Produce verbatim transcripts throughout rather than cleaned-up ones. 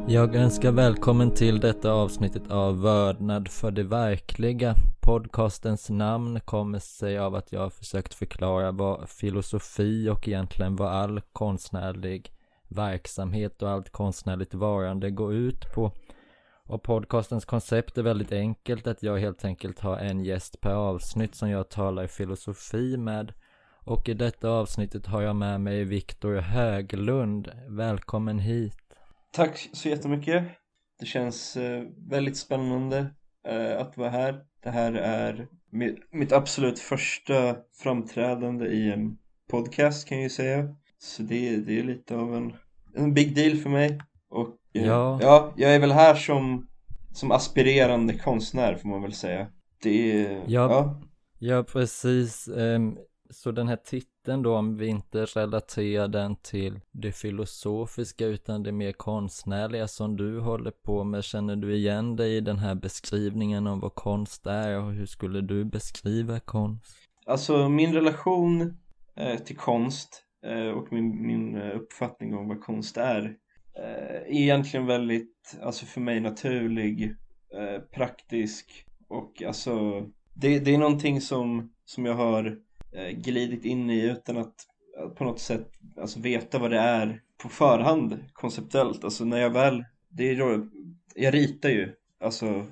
Jag önskar välkommen till detta avsnittet av Vördnad för det verkliga. Podcastens namn kommer sig av att jag har försökt förklara vad filosofi och egentligen vad all konstnärlig verksamhet och allt konstnärligt varande går ut på. Och podcastens koncept är väldigt enkelt, att jag helt enkelt har en gäst per avsnitt som jag talar filosofi med. Och i detta avsnittet har jag med mig Viktor Höglund. Välkommen hit. Tack så jättemycket. Det känns eh, väldigt spännande eh, att vara här. Det här är mitt, mitt absolut första framträdande i en podcast, kan jag ju säga. Så det, det är lite av en, en big deal för mig. Och eh, Ja. ja, jag är väl här som, som aspirerande konstnär, får man väl säga. Det är, Ja, ja. ja precis. Um, så den här titeln då, om vi inte relaterar den till det filosofiska utan det mer konstnärliga som du håller på med, känner du igen dig i den här beskrivningen om vad konst är, och hur skulle du beskriva konst? Alltså min relation eh, till konst eh, och min, min uppfattning om vad konst är eh, är egentligen väldigt, alltså för mig, naturlig, eh, praktisk, och alltså det, det är någonting som, som jag har eh, glidit in i utan att, att på något sätt alltså veta vad det är på förhand konceptuellt. Alltså när jag väl, det är då, jag ritar ju alltså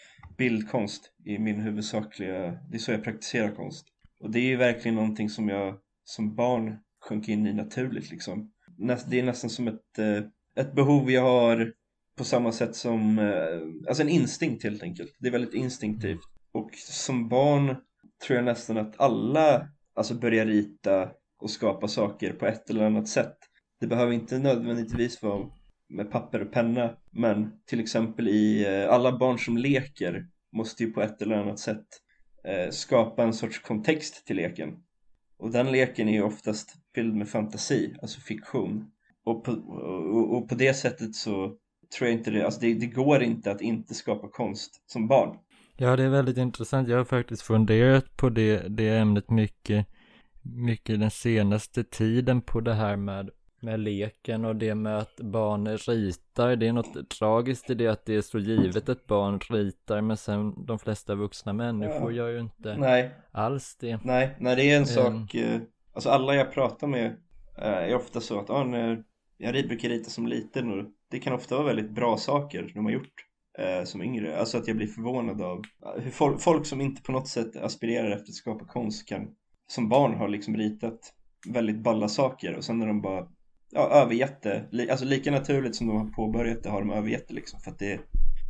bildkonst i min huvudsakliga, det är så jag praktiserar konst. Och det är ju verkligen någonting som jag som barn sjönk in i naturligt liksom. Det är nästan som ett, ett behov jag har på samma sätt som, alltså en instinkt helt enkelt. Det är väldigt instinktivt. Och som barn tror jag nästan att alla alltså börjar rita och skapa saker på ett eller annat sätt. Det behöver inte nödvändigtvis vara med papper och penna, men till exempel i alla barn som leker måste ju på ett eller annat sätt eh, skapa en sorts kontext till leken. Och den leken är ju oftast fylld med fantasi, alltså fiktion. Och på, och, och på det sättet så tror jag inte det, alltså det, det går inte att inte skapa konst som barn. Ja, det är väldigt intressant. Jag har faktiskt funderat på det, det ämnet mycket, mycket den senaste tiden, på det här med med leken och det med att barn ritar. Det är något tragiskt i det, att det är så givet att barn ritar, men sen de flesta vuxna människor Ja. gör ju inte Nej. alls det. Nej, när det är en um, sak, eh, alltså alla jag pratar med eh, är ofta så att ah, när jag brukar rita som liten, och det kan ofta vara väldigt bra saker de har gjort eh, som yngre. Alltså att jag blir förvånad av hur folk, folk som inte på något sätt aspirerar efter att skapa konst kan, som barn har liksom ritat väldigt balla saker, och sen när de bara ja, övergett det, alltså lika naturligt som de har påbörjat det har de övergett det liksom, för att det,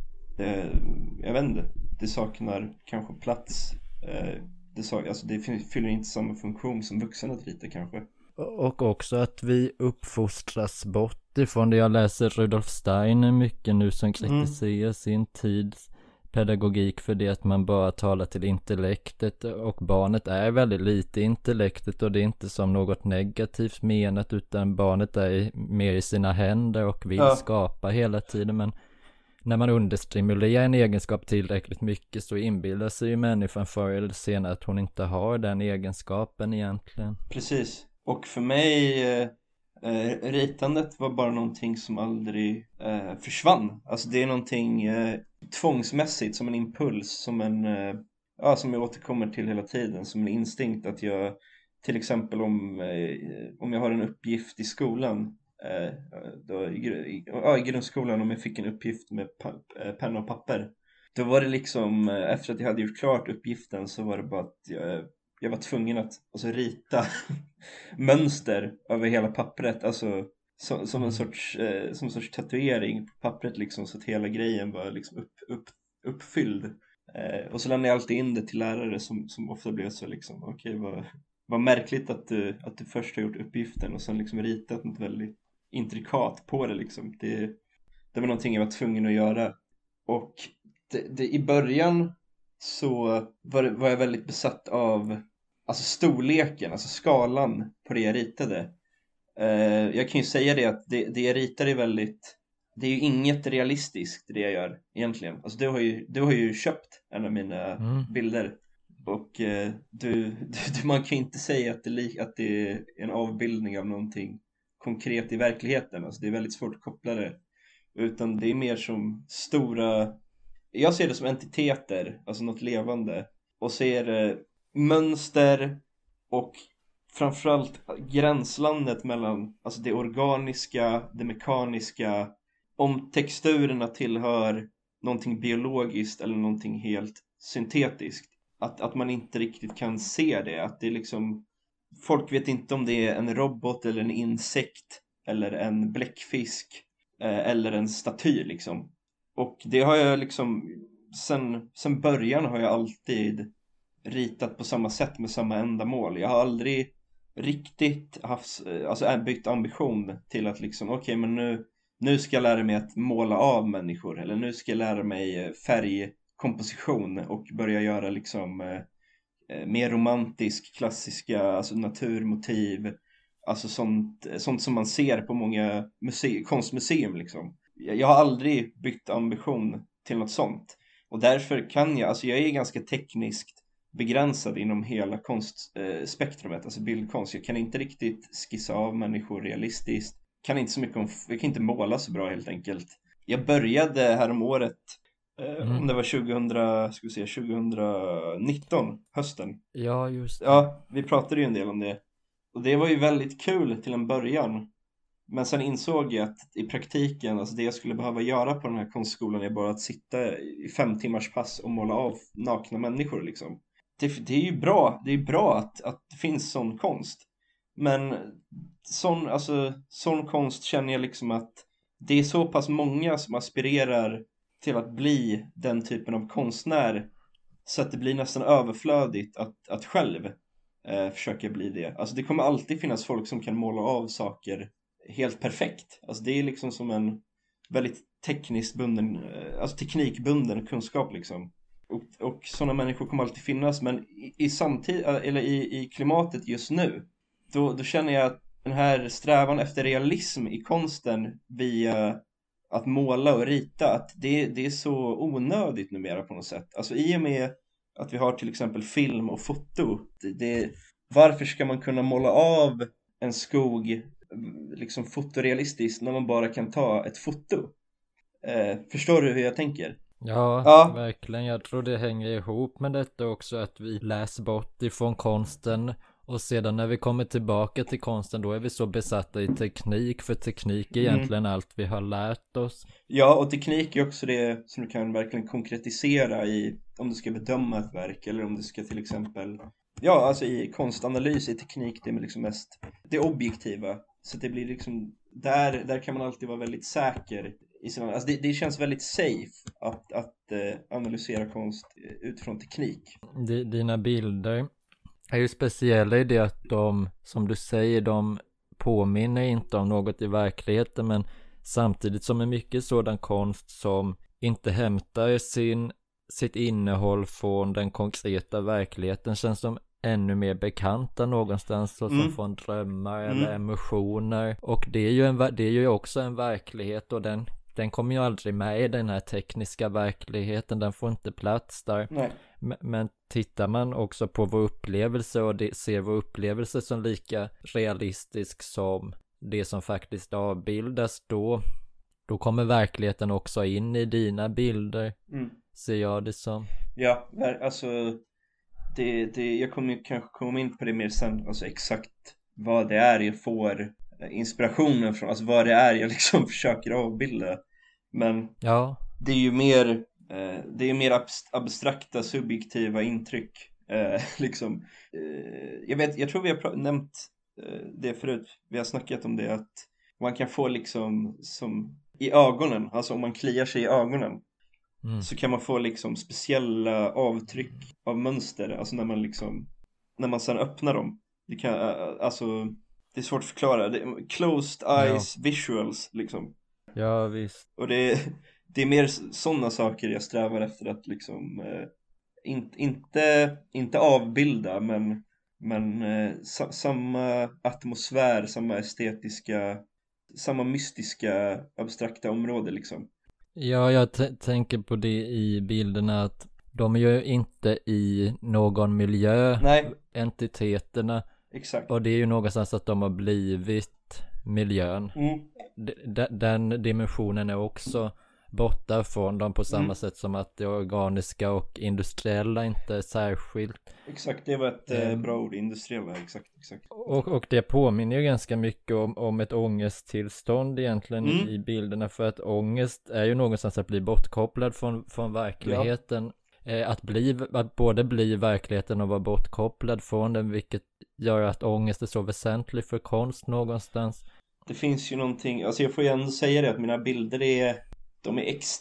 det jag vet inte, det saknar kanske plats, eh, det, sak, alltså det fyller inte samma funktion som vuxen att rita kanske. Och också att vi uppfostras bort ifrån det. Jag läser Rudolf Steiner mycket nu, som kritiserar mm. sin tids pedagogik för det, att man bara talar till intellektet, och barnet är väldigt lite intellektet, och det är inte som något negativt menat, utan barnet är mer i sina händer och vill ja. skapa hela tiden. Men när man understimulerar en egenskap tillräckligt mycket så inbillar sig ju människan förr eller senare att hon inte har den egenskapen egentligen. Precis, och för mig eh, eh, ritandet var bara någonting som aldrig eh, försvann. Alltså det är någonting eh, tvångsmässigt, som en impuls, som en eh, ja, som jag återkommer till hela tiden, som en instinkt. Att jag till exempel om, eh, om jag har en uppgift i skolan, eh, då, i, i, ja, i grundskolan, om jag fick en uppgift med pa, eh, penna och papper, då var det liksom, eh, efter att jag hade gjort klart uppgiften, så var det bara att jag, jag var tvungen att alltså, rita mönster över hela pappret, alltså som, som en sorts eh, som en sorts tatuering på pappret liksom, så att hela grejen var liksom upp, upp, uppfylld. Eh, och så lämnade jag alltid in det till lärare, som, som ofta blev så liksom, okej, okay, vad, vad märkligt att du, att du först har gjort uppgiften och sen liksom ritat något väldigt intrikat på det liksom. Det, det var någonting jag var tvungen att göra. Och det, det, i början så var, det, var jag väldigt besatt av alltså storleken, alltså skalan på det jag ritade. Uh, jag kan ju säga det att det, det jag ritar är väldigt, det är ju inget realistiskt det jag gör egentligen. Alltså du har ju, du har ju köpt en av mina mm. bilder, och uh, du, du, man kan ju inte säga att det, att det är en avbildning av någonting konkret i verkligheten. Alltså det är väldigt svårt att koppla det utan det är mer som stora, jag ser det som entiteter, alltså något levande, och ser eh, mönster och framförallt gränslandet mellan alltså det organiska, det mekaniska, om texturerna tillhör någonting biologiskt eller någonting helt syntetiskt. Att, att man inte riktigt kan se det, att det är liksom, folk vet inte om det är en robot eller en insekt eller en bläckfisk eh, eller en staty liksom. Och det har jag liksom, sen, sen början har jag alltid ritat på samma sätt med samma ändamål. Jag har aldrig riktigt haft, alltså bytt ambition till att liksom, okej okay, men nu, nu ska jag lära mig att måla av människor, eller nu ska jag lära mig färgkomposition och börja göra liksom eh, mer romantisk, klassiska, alltså naturmotiv, alltså sånt, sånt som man ser på många muse- konstmuseum liksom. Jag har aldrig bytt ambition till något sånt, och därför kan jag, alltså jag är ganska tekniskt begränsad inom hela konstspektrumet, alltså bildkonst. Jag kan inte riktigt skissa av människor realistiskt, kan inte så mycket om, jag kan inte måla så bra helt enkelt. Jag började här om året, eh, mm. om det var tjugohundra, ska vi se, tjugohundranitton, hösten. Ja, just det. Ja, vi pratade ju en del om det. Och det var ju väldigt kul till en början. Men sen insåg jag att i praktiken, alltså det jag skulle behöva göra på den här konstskolan är bara att sitta i fem timmars pass och måla av nakna människor liksom. Det, det är ju bra, det är bra att, att det finns sån konst. Men sån, alltså, sån konst känner jag liksom att det är så pass många som aspirerar till att bli den typen av konstnär, så att det blir nästan överflödigt att, att själv eh, försöka bli det. Alltså det kommer alltid finnas folk som kan måla av saker helt perfekt. Alltså det är liksom som en väldigt tekniskt bunden, alltså teknikbunden kunskap liksom. Och, och sådana människor kommer alltid finnas, men i, i samtid, eller i, i klimatet just nu, då, då känner jag att den här strävan efter realism i konsten via att måla och rita, att det, det är så onödigt numera på något sätt. Alltså i och med att vi har till exempel film och foto, det, det, varför ska man kunna måla av en skog liksom fotorealistiskt när man bara kan ta ett foto? Eh, förstår du hur jag tänker? Ja, ja, verkligen. Jag tror det hänger ihop med detta också, att vi läser bort ifrån konsten, och sedan när vi kommer tillbaka till konsten, då är vi så besatta i teknik, för teknik är egentligen mm. allt vi har lärt oss. Ja, och teknik är också det som du kan verkligen konkretisera i, om du ska bedöma ett verk, eller om du ska till exempel, ja, alltså i konstanalys i teknik, det är liksom mest det objektiva, så det blir liksom, där, där kan man alltid vara väldigt säker i sina, alltså det, det känns väldigt safe att, att eh, analysera konst utifrån teknik. D- dina bilder är ju speciella i det att de, som du säger, de påminner inte om något i verkligheten, men samtidigt som är mycket sådan konst som inte hämtar sin, sitt innehåll från den konkreta verkligheten, känns som ännu mer bekanta någonstans, så som mm. från drömmar mm. eller emotioner. Och det är ju, en, det är ju också en verklighet, och den, den kommer ju aldrig med i den här tekniska verkligheten, den får inte plats där. Nej. Men, men tittar man också på vår upplevelse och det, ser vår upplevelse som lika realistisk som det som faktiskt avbildas, då, då kommer verkligheten också in i dina bilder, mm. ser jag det som. Ja, alltså det, det, jag kommer kanske komma in på det mer sen, alltså exakt vad det är jag får inspirationen från, alltså vad det är jag liksom försöker avbilda. Men ja. det är ju mer det är mer abstrakta, subjektiva intryck eh, liksom. eh, jag vet, jag tror vi har pr- nämnt eh, det förut, vi har snackat om det, att man kan få liksom som i ögonen, alltså om man kliar sig i ögonen mm. så kan man få liksom speciella avtryck av mönster, alltså när man liksom, när man sedan öppnar dem, det kan, alltså det är svårt att förklara, det är closed eyes, ja. Visuals liksom. Ja, visst. Och det Det är mer sådana saker jag strävar efter att liksom eh, in, inte, inte avbilda, men, men eh, sa, samma atmosfär, samma estetiska, samma mystiska, abstrakta område liksom. Ja, jag t- tänker på det i bilderna, att de är ju inte i någon miljö, Nej. entiteterna. Exakt. Och det är ju någonstans att de har blivit miljön. Mm. D- den dimensionen är också borta från dem på samma Mm. sätt som att det organiska och industriella inte är särskilt. Exakt, det var ett eh, bra ord, industriella, exakt, exakt. Och, och det påminner ju ganska mycket om, om ett ångesttillstånd egentligen Mm. i bilderna, för att ångest är ju någonstans att bli bortkopplad från, från verkligheten. Ja. Eh, att, bli, att både bli verkligheten och vara bortkopplad från den, vilket gör att ångest är så väsentlig för konst någonstans. Det finns ju någonting, alltså jag får ju ändå säga det, att mina bilder är, de är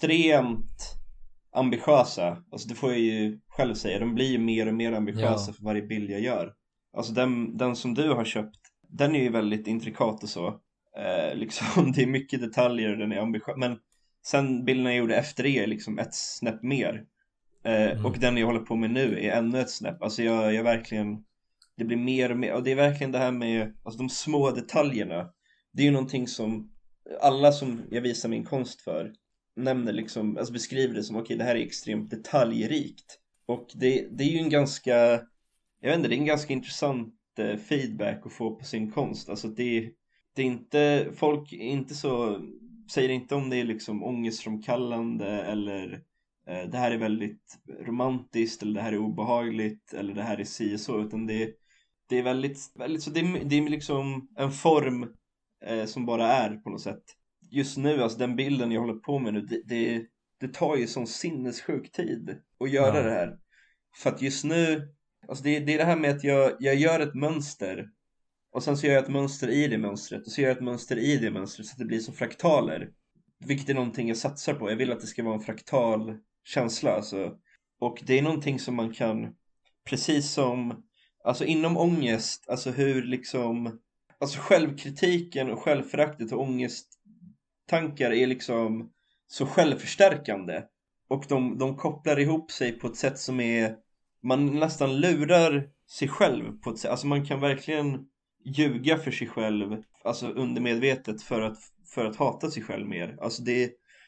extremt ambitiösa. Alltså det får jag ju själv säga, de blir ju mer och mer ambitiösa ja. för varje bild jag gör. Alltså den, den som du har köpt, den är ju väldigt intrikat och så. Eh, liksom, det är mycket detaljer och den är ambitiös. Men sen bilden jag gjorde efter det är liksom ett snäpp mer. Eh, mm. Och den jag håller på med nu är ännu ett snäpp. Alltså jag, jag verkligen, det blir mer och mer. Och det är verkligen det här med, alltså de små detaljerna. Det är ju någonting som alla som jag visar min konst för nämner liksom, alltså beskriver det som okej, okay, det här är extremt detaljrikt. Och det, det är ju en ganska, jag vet inte, det är en ganska intressant eh, feedback att få på sin konst. Alltså det, det är inte, folk är inte så, säger inte om det är liksom ångestframkallande eller eh, det här är väldigt romantiskt eller det här är obehagligt eller det här är si och så, utan det, det är väldigt, väldigt så det är, det är liksom en form eh, som bara är på något sätt. Just nu, alltså den bilden jag håller på med nu, det, det, det tar ju sån sinnessjuk tid att göra ja. det här. För att just nu, alltså det, det är det här med att jag, jag gör ett mönster och sen så gör jag ett mönster i det mönstret och så gör jag ett mönster i det mönstret så att det blir som fraktaler. Vilket är någonting jag satsar på. Jag vill att det ska vara en fraktal känsla. Alltså. Och det är någonting som man kan, precis som, alltså inom ångest, alltså hur liksom, alltså självkritiken och självföraktet och ångesttankar är liksom så självförstärkande. Och de, de kopplar ihop sig på ett sätt som är, man nästan lurar sig själv på ett sätt. Alltså man kan verkligen ljuga för sig själv, alltså undermedvetet, för att, för att hata sig själv mer. Alltså det är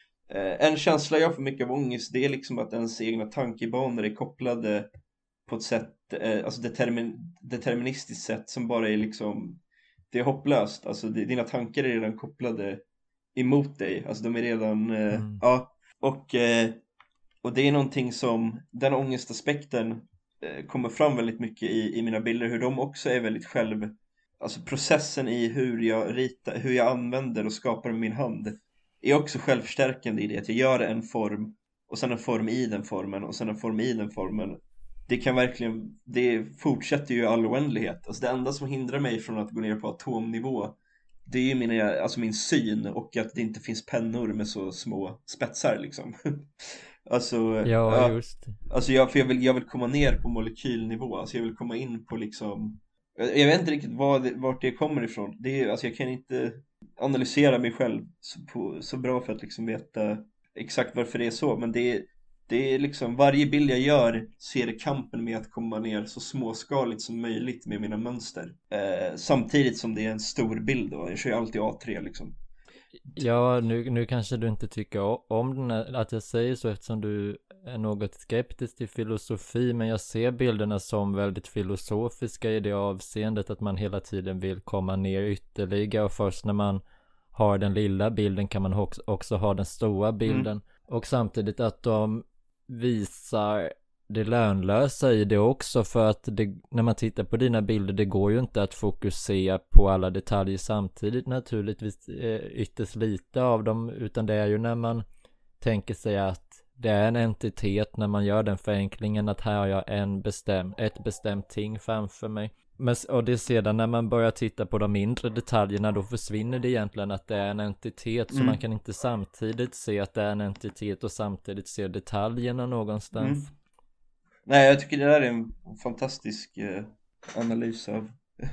eh, en känsla jag får mycket av ångest, det är liksom att ens egna tankebanor är kopplade på ett sätt, eh, alltså determin, deterministiskt sätt som bara är liksom, det är hopplöst. Alltså det, dina tankar är redan kopplade emot dig, alltså de är redan eh, mm. ja, och eh, och det är någonting som, den ångestaspekten eh, kommer fram väldigt mycket i, i mina bilder, hur de också är väldigt själv, alltså processen i hur jag ritar, hur jag använder och skapar med min hand är också självförstärkande i det, att jag gör en form och sen en form i den formen och sen en form i den formen. Det kan verkligen, det fortsätter ju all oändlighet. Alltså det enda som hindrar mig från att gå ner på atomnivå, det är ju mina, alltså min syn och att det inte finns pennor med så små spetsar liksom. Alltså, ja, ja, just alltså jag, för jag vill, jag vill komma ner på molekylnivå. Alltså jag vill komma in på liksom, jag vet inte riktigt vad det, vart det kommer ifrån. Det är, alltså jag kan inte analysera mig själv så, på, så bra för att liksom veta exakt varför det är så. Men det är, det är liksom, varje bild jag gör så är det kampen med att komma ner så småskaligt som möjligt med mina mönster. Eh, samtidigt som det är en stor bild då. Jag kör ju alltid A tre liksom. Ja, nu, nu kanske du inte tycker om den här, att jag säger så, eftersom du är något skeptisk till filosofi, men jag ser bilderna som väldigt filosofiska i det avseendet att man hela tiden vill komma ner ytterligare, och först när man har den lilla bilden kan man också, också ha den stora bilden. Mm. Och samtidigt att de visar det lönlösa i det också, för att det, när man tittar på dina bilder, det går ju inte att fokusera på alla detaljer samtidigt, naturligtvis eh, ytterst lite av dem, utan det är ju när man tänker sig att det är en entitet, när man gör den förenklingen att här har jag en bestäm, ett bestämt ting framför mig. Men, och det sedan när man börjar titta på de mindre detaljerna, då försvinner det egentligen att det är en entitet, så mm. man kan inte samtidigt se att det är en entitet och samtidigt se detaljerna någonstans. Mm. Nej, jag tycker det där är en fantastisk eh, analys av,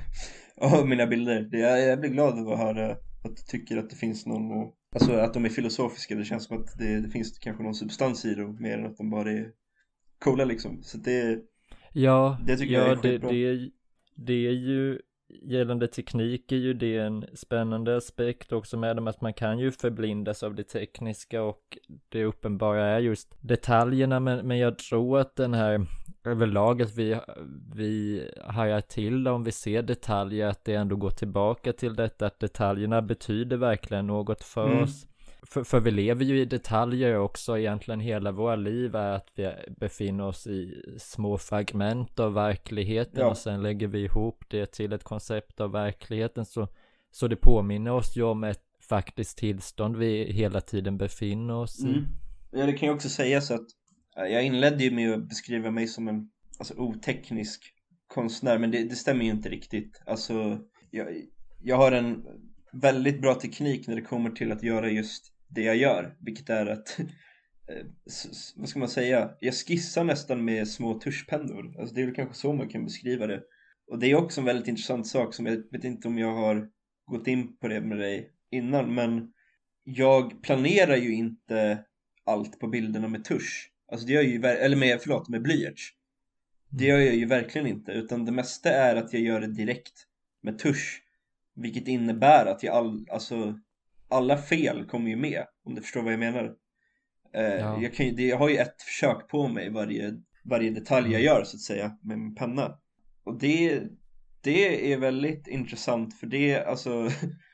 av mina bilder. Det, jag, jag blir glad över att höra att du tycker att det finns någon, alltså att de är filosofiska. Det känns som att det, det finns kanske någon substans i dem mer än att de bara är coola liksom. Så det, ja, det tycker ja, jag är det, skitbra. det, det är ju, gällande teknik är ju det en spännande aspekt också, med dem att man kan ju förblindas av det tekniska och det uppenbara är just detaljerna, men, men jag tror att den här överlag att vi, vi hajar till om vi ser detaljer, att det ändå går tillbaka till detta att detaljerna betyder verkligen något för Mm. oss. För, för vi lever ju i detaljer också, egentligen hela våra liv är att vi befinner oss i små fragment av verkligheten, Ja. och sen lägger vi ihop det till ett koncept av verkligheten, så, så det påminner oss ju om ett faktiskt tillstånd vi hela tiden befinner oss i. Mm. Ja, det kan ju också sägas att eh, jag inledde ju med att beskriva mig som en alltså, oteknisk konstnär, men det, det stämmer ju inte riktigt. Alltså, jag, jag har en väldigt bra teknik när det kommer till att göra just det jag gör, vilket är att eh, s- s- vad ska man säga, jag skissar nästan med små tuschpennor. Alltså det är väl kanske så man kan beskriva det. Och det är också en väldigt intressant sak som jag vet inte om jag har gått in på det med dig innan, men jag planerar ju inte allt på bilderna med tusch. Alltså det gör jag ju, ver- eller med, förlåt, med blyerts. Det gör jag ju verkligen inte, utan det mesta är att jag gör det direkt med tusch. Vilket innebär att jag all, alltså, alla fel kommer ju med, om du förstår vad jag menar. Eh, Ja. jag, kan ju, det, jag har ju ett försök på mig varje, varje detalj jag Mm. gör så att säga med min penna. Och det, det är väldigt intressant för det, alltså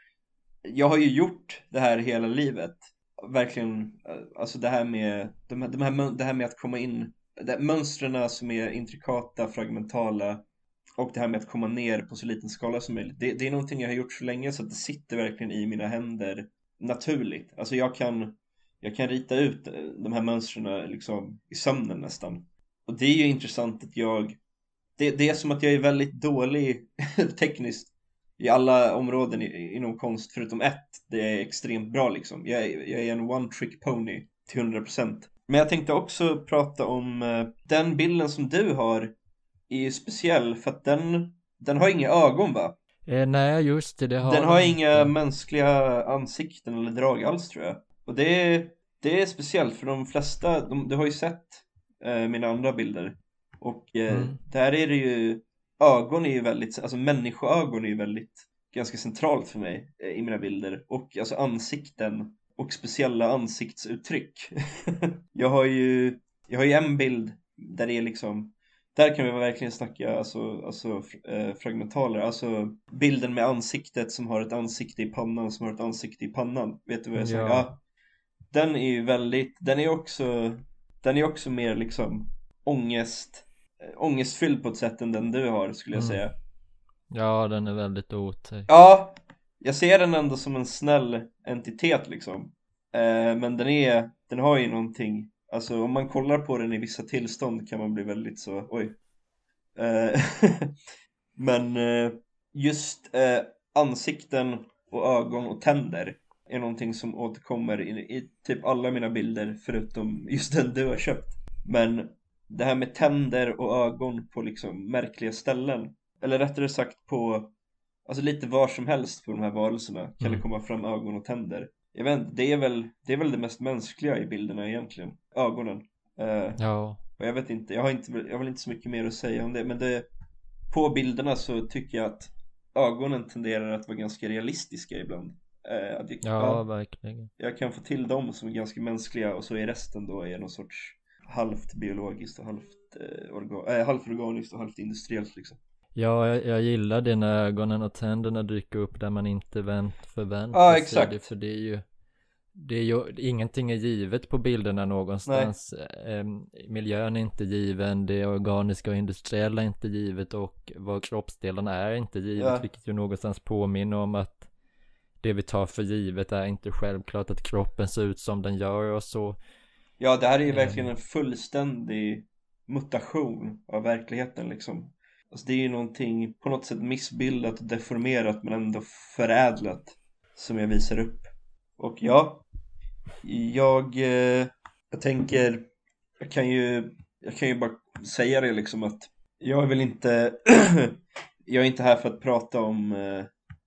jag har ju gjort det här hela livet. Verkligen, eh, alltså det här med de här, de här, mön- det här med att komma in, det, mönstren som är intrikata, fragmentala, och det här med att komma ner på så liten skala som möjligt. Det, det är någonting jag har gjort så länge så att det sitter verkligen i mina händer naturligt. Alltså jag kan, jag kan rita ut eh, de här mönstren liksom i sömnen nästan. Och det är ju intressant att jag, det, det är som att jag är väldigt dålig tekniskt i alla områden i, inom konst förutom ett. Det är extremt bra liksom. Jag, är- jag är en one trick pony till hundra procent. Men jag tänkte också prata om eh, den bilden som du har är ju speciell för att den, den har inga ögon, va? Eh, nej, just det, det har Den har de inga inte. mänskliga ansikten eller drag alls, tror jag. Och det är, det är speciellt för de flesta, de, du har ju sett eh, mina andra bilder. Och eh, Mm. där är det ju, ögon är ju väldigt, alltså människoögon är ju väldigt, ganska centralt för mig eh, i mina bilder. Och alltså ansikten och speciella ansiktsuttryck. Jag har ju, jag har ju en bild där det är liksom, där kan vi verkligen snacka alltså, alltså eh, fragmentaler. Alltså bilden med ansiktet som har ett ansikte i pannan som har ett ansikte i pannan. Vet du vad jag säger? Ja. Ja. Den är ju väldigt, den är också, den är också mer liksom ångest, äh, ångestfylld på ett sätt än den du har, skulle jag Mm. säga. Ja, den är väldigt otäck. Ja, jag ser den ändå som en snäll entitet liksom. Eh, men den är, den har ju någonting, alltså om man kollar på den i vissa tillstånd kan man bli väldigt så, oj. Eh, men eh, just eh, ansikten och ögon och tänder är någonting som återkommer i, i typ alla mina bilder förutom just den du har köpt. Men det här med tänder och ögon på liksom märkliga ställen, eller rättare sagt på, alltså lite var som helst på de här varelserna kan Mm. det komma fram ögon och tänder. Jag vet inte, det är väl det är väl det mest mänskliga i bilderna egentligen, ögonen. Eh, Ja. och jag vet inte, jag har inte, jag har väl inte så mycket mer att säga om det, men det, på bilderna så tycker jag att ögonen tenderar att vara ganska realistiska ibland. Eh, att jag, Ja, ja, verkligen. jag kan få till dem som är ganska mänskliga och så är resten då är någon sorts halvt biologiskt och halvt, eh, orga, äh, halvt organiskt och halvt industriellt liksom. Ja, jag, jag gillar det när ögonen och tänderna dyker upp där man inte vänt förväntar Ja, sig exakt. det, för det är ju det är ju, ingenting är givet på bilderna någonstans. Ehm, miljön är inte given, det organiska och industriella är inte givet, och vad kroppsdelarna är inte givet, Ja. vilket ju någonstans påminner om att det vi tar för givet är inte självklart, att kroppen ser ut som den gör och så. Ja, det här är ju Ehm. verkligen en fullständig mutation av verkligheten liksom. Alltså det är ju någonting på något sätt missbildat och deformerat men ändå förädlat som jag visar upp. Och ja, jag, eh, jag tänker, jag kan ju, jag kan ju bara säga det liksom att jag är väl inte, jag är inte här för att prata om, eh,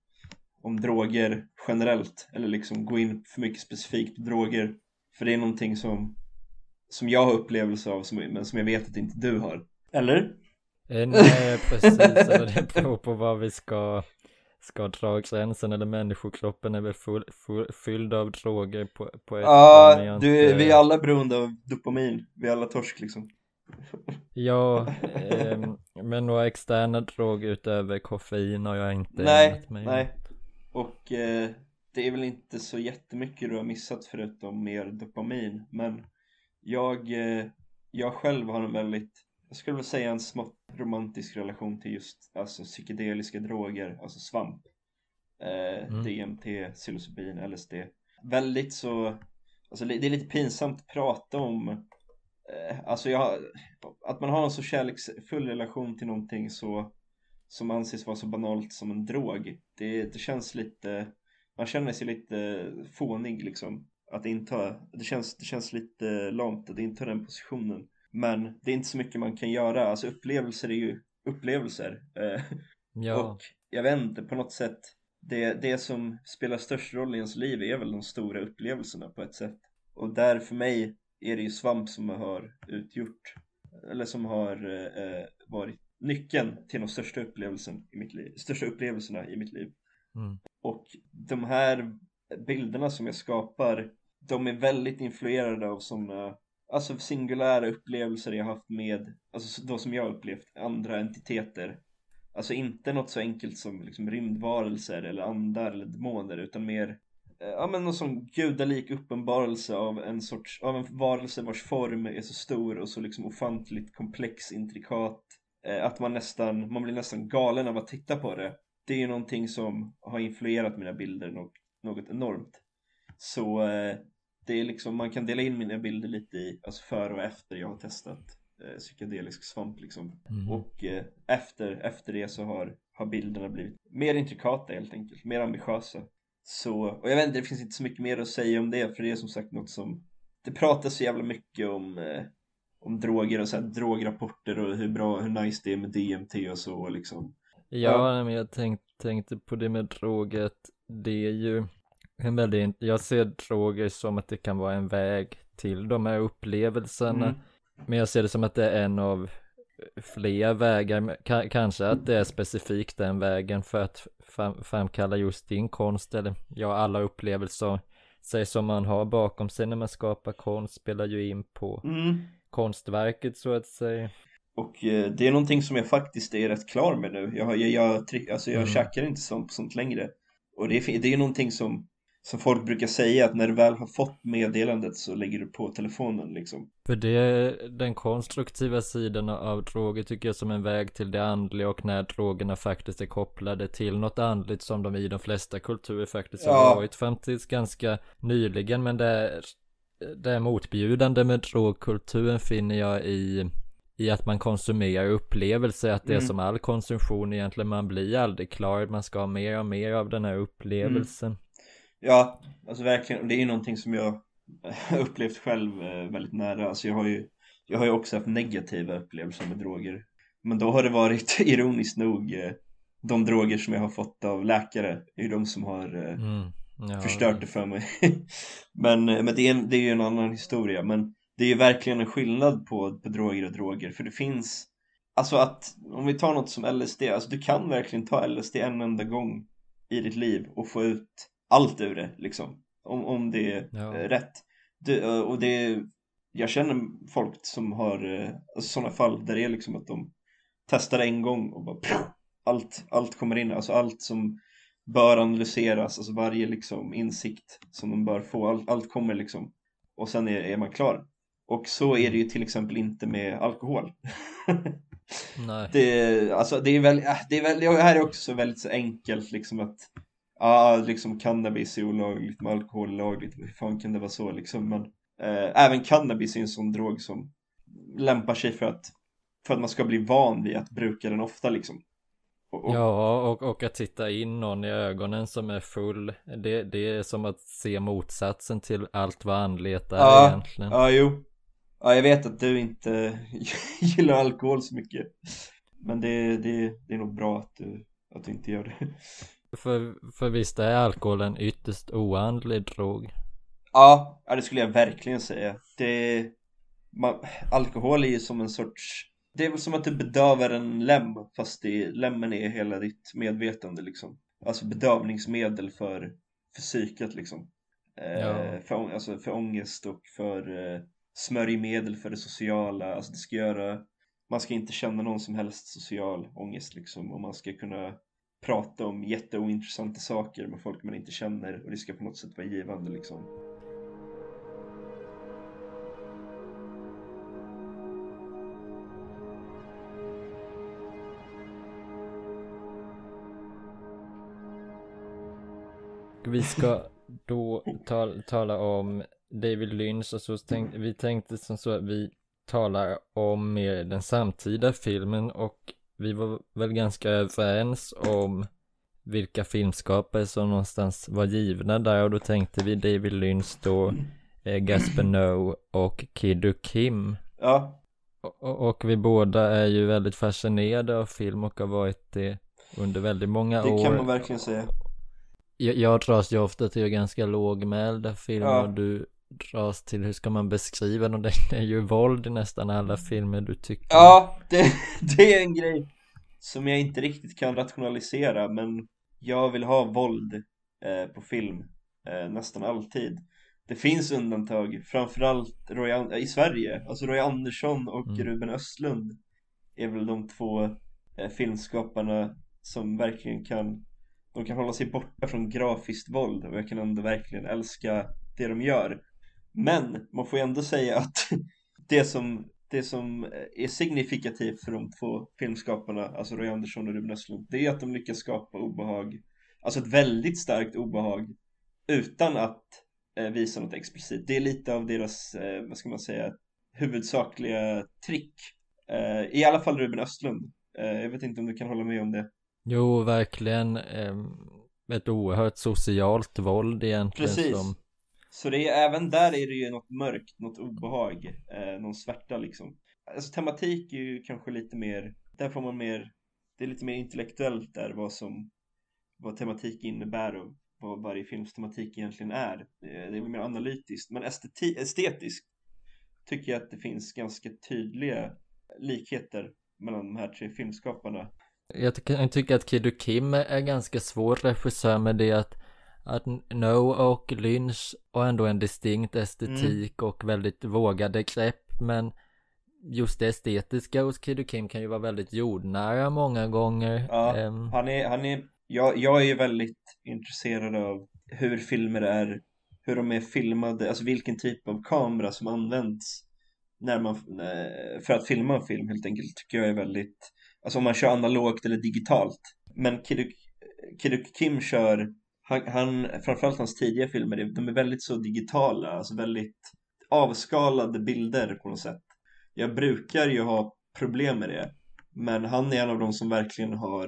om droger generellt eller liksom gå in för mycket specifikt på droger. För det är någonting som, som jag har upplevelse av som, men som jag vet att inte du har. Eller? Eh, nej, precis, eller det beror på vad vi ska ska dra gränsen, eller människokroppen är väl full, full, fylld av droger på, på ett plan, men Ja, jag du, inte... vi är alla beroende av dopamin. Vi är alla torsk liksom. Ja, eh, men några externa droger utöver koffein har jag inte Nej, ägnat mig nej. åt. Och eh, det är väl inte så jättemycket du har missat förutom mer dopamin. Men jag, eh, jag själv har en väldigt, jag skulle väl säga en smått romantisk relation till just alltså psykedeliska droger, alltså svamp. Eh, Mm. D M T, psilocybin, L S D. Väldigt så, alltså det är lite pinsamt att prata om, eh, alltså jag, att man har en så kärleksfull relation till någonting så som anses vara så banalt som en drog. Det, det känns lite, man känner sig lite fånig liksom. Att inta, det känns, det känns lite lamt att inta den positionen. Men det är inte så mycket man kan göra. Alltså upplevelser är ju upplevelser. Eh, Ja, och jag vet inte, på något sätt, det, det som spelar störst roll i ens liv är väl de stora upplevelserna på ett sätt. Och där för mig är det ju svamp som har utgjort, eller som har eh, varit nyckeln till de största upplevelsen i mitt liv, största upplevelserna i mitt liv. mm. Och de här bilderna som jag skapar, de är väldigt influerade av sådana, alltså singulära upplevelser jag haft med, alltså då som jag upplevt andra entiteter. Alltså inte något så enkelt som liksom rymdvarelser eller andar eller demoner, utan mer eh, ja men någon sån gudalik uppenbarelse av en sorts, av en varelse vars form är så stor och så liksom ofantligt komplex, intrikat, eh, att man nästan, man blir nästan galen av att titta på det. Det är ju någonting som har influerat mina bilder något, något enormt. Så eh, det är liksom, man kan dela in mina bilder lite i, alltså före och efter jag har testat eh, psykedelisk svamp liksom. Mm. Och eh, efter, efter det så har, har bilderna blivit mer intrikata helt enkelt, mer ambitiösa. Så, och jag vet inte, det finns inte så mycket mer att säga om det, för det är som sagt något som, det pratas så jävla mycket om eh, om droger och så här, drograpporter och hur bra, hur nice det är med D M T och så liksom. Ja, Ja. men jag tänk, tänkte på det med droger, att det är ju en väldigt, jag ser droger som att det kan vara en väg till de här upplevelserna, Mm. men jag ser det som att det är en av fler vägar, K- kanske att det är specifikt den vägen för att fram- framkalla just din konst, eller ja, alla upplevelser sig som man har bakom sig när man skapar konst spelar ju in på Mm. konstverket så att säga. Och eh, det är någonting som jag faktiskt är rätt klar med nu. Jag, har- jag, jag, tri- alltså jag Mm. käkar inte sånt, sånt längre. Och det är, fi- det är någonting som, som folk brukar säga, att när du väl har fått meddelandet så lägger du på telefonen liksom. För det är den konstruktiva sidan av droger tycker jag som en väg till det andliga, och när drogerna faktiskt är kopplade till något andligt som de i de flesta kulturer faktiskt har Ja. varit fram tills ganska nyligen, men det är, det är motbjudande med drogkulturen finner jag i i att man konsumerar upplevelser, att det är Mm. som all konsumtion egentligen, man blir aldrig klar, man ska ha mer och mer av den här upplevelsen. Ja, alltså verkligen. Och det är ju någonting som jag har upplevt själv eh, väldigt nära. Alltså jag har ju, jag har ju också haft negativa upplevelser med droger. Men då har det varit, ironiskt nog, eh, de droger som jag har fått av läkare är ju de som har eh, Mm. Ja, förstört det för mig. men eh, men det, är en, det är ju en annan historia. Men det är ju verkligen en skillnad på, på droger och droger. För det finns, alltså att, om vi tar något som L S D, alltså du kan verkligen ta L S D en enda gång i ditt liv och få ut allt ur det liksom, om, om det är Ja. eh, rätt. Det, eh, och det, jag känner folk som har eh, alltså sådana fall där det är liksom att de testar en gång och bara pff, allt, allt kommer in, alltså allt som bör analyseras, alltså varje liksom insikt som de bör få, allt, allt kommer liksom, och sen är, är man klar. Och så är det ju till exempel inte med alkohol. Nej. Det, alltså, det är väl, äh, det är väl, det här är också väldigt så enkelt liksom att ja, liksom cannabis är olagligt men alkohol är lagligt. Hur fan kan det vara så liksom? Men eh, även cannabis är en sån drog som lämpar sig för att för att man ska bli van vid att bruka den ofta liksom. Och, och, Ja, och, och att titta in någon i ögonen som är full, det, det är som att se motsatsen till allt vad andlighet är ja, egentligen. ja, jo. Ja, jag vet att du inte gillar alkohol så mycket. Men det, det, det är nog bra att du, att du inte gör det. För, för visst är alkohol en ytterst oandlig drog. Ja, ja, det skulle jag verkligen säga. Det, man, alkohol är ju som en sorts, det är väl som att du bedövar en lem, fast det, lemmen är hela ditt medvetande liksom. Alltså bedövningsmedel för, för psyket liksom. Eh, Ja. för, ång- alltså för ångest och för, eh, smörjmedel för det sociala. Alltså det ska göra, man ska inte känna någon som helst social ångest liksom, och man ska kunna prata om jätteointressanta saker med folk man inte känner, och det ska på något sätt vara givande liksom. Vi ska då ta, tala om David Lynch, och så tänk, vi tänkte som så att vi talar om mer den samtida filmen, och vi var väl ganska överens om vilka filmskapare som någonstans var givna där, och då tänkte vi David Lynch då, eh, Gaspar Noé och Kido Kim. Ja. Och, och vi båda är ju väldigt fascinerade av film och har varit det under väldigt många Det år. kan man verkligen säga. Jag, jag dras ju ofta till ganska lågmälda filmer, Ja. och du dras till, hur ska man beskriva dem? Det är ju våld i nästan alla filmer du tycker. Ja, det, det är en grej som jag inte riktigt kan rationalisera, men jag vill ha våld eh, på film eh, nästan alltid. Det finns undantag, framförallt Roy An- i Sverige. Alltså Roy Andersson och Mm. Ruben Östlund är väl de två eh, filmskaparna som verkligen kan, de kan hålla sig borta från grafiskt våld, och jag kan ändå verkligen älska det de gör. Men man får ju ändå säga att det som, det som är signifikativt för de två filmskaparna, alltså Roy Andersson och Ruben Östlund, det är att de lyckas skapa obehag, alltså ett väldigt starkt obehag, utan att eh, visa något explicit. Det är lite av deras, eh, vad ska man säga, huvudsakliga trick. Eh, I alla fall Ruben Östlund. Eh, jag vet inte om du kan hålla med om det. Jo, verkligen eh, ett oerhört socialt våld egentligen. Precis. Som... Så det är, även där är det ju något mörkt, något obehag, eh, någon svärta liksom. Alltså tematik är ju kanske lite mer, där får man mer, det är lite mer intellektuellt där, vad som, vad tematik innebär och vad varje films tematik egentligen är. Eh, Det är mer analytiskt, men esteti- estetiskt tycker jag att det finns ganska tydliga likheter mellan de här tre filmskaparna. Jag, ty- jag tycker att Kido Kim är ganska svår regissör med det att att Noé och Lynch har ändå en distinkt estetik mm. och väldigt vågade grepp, men just det estetiska hos Kido Kim kan ju vara väldigt jordnära många gånger. Ja, um... han är, han är jag, jag är ju väldigt intresserad av hur filmer är, hur de är filmade, alltså vilken typ av kamera som används när man, för att filma en film helt enkelt, tycker jag är väldigt, alltså om man kör analogt eller digitalt. Men Kido, Kido Kim kör, han, han, framförallt hans tidiga filmer, de är väldigt så digitala, alltså väldigt avskalade bilder på något sätt. Jag brukar ju ha problem med det, men han är en av de som verkligen har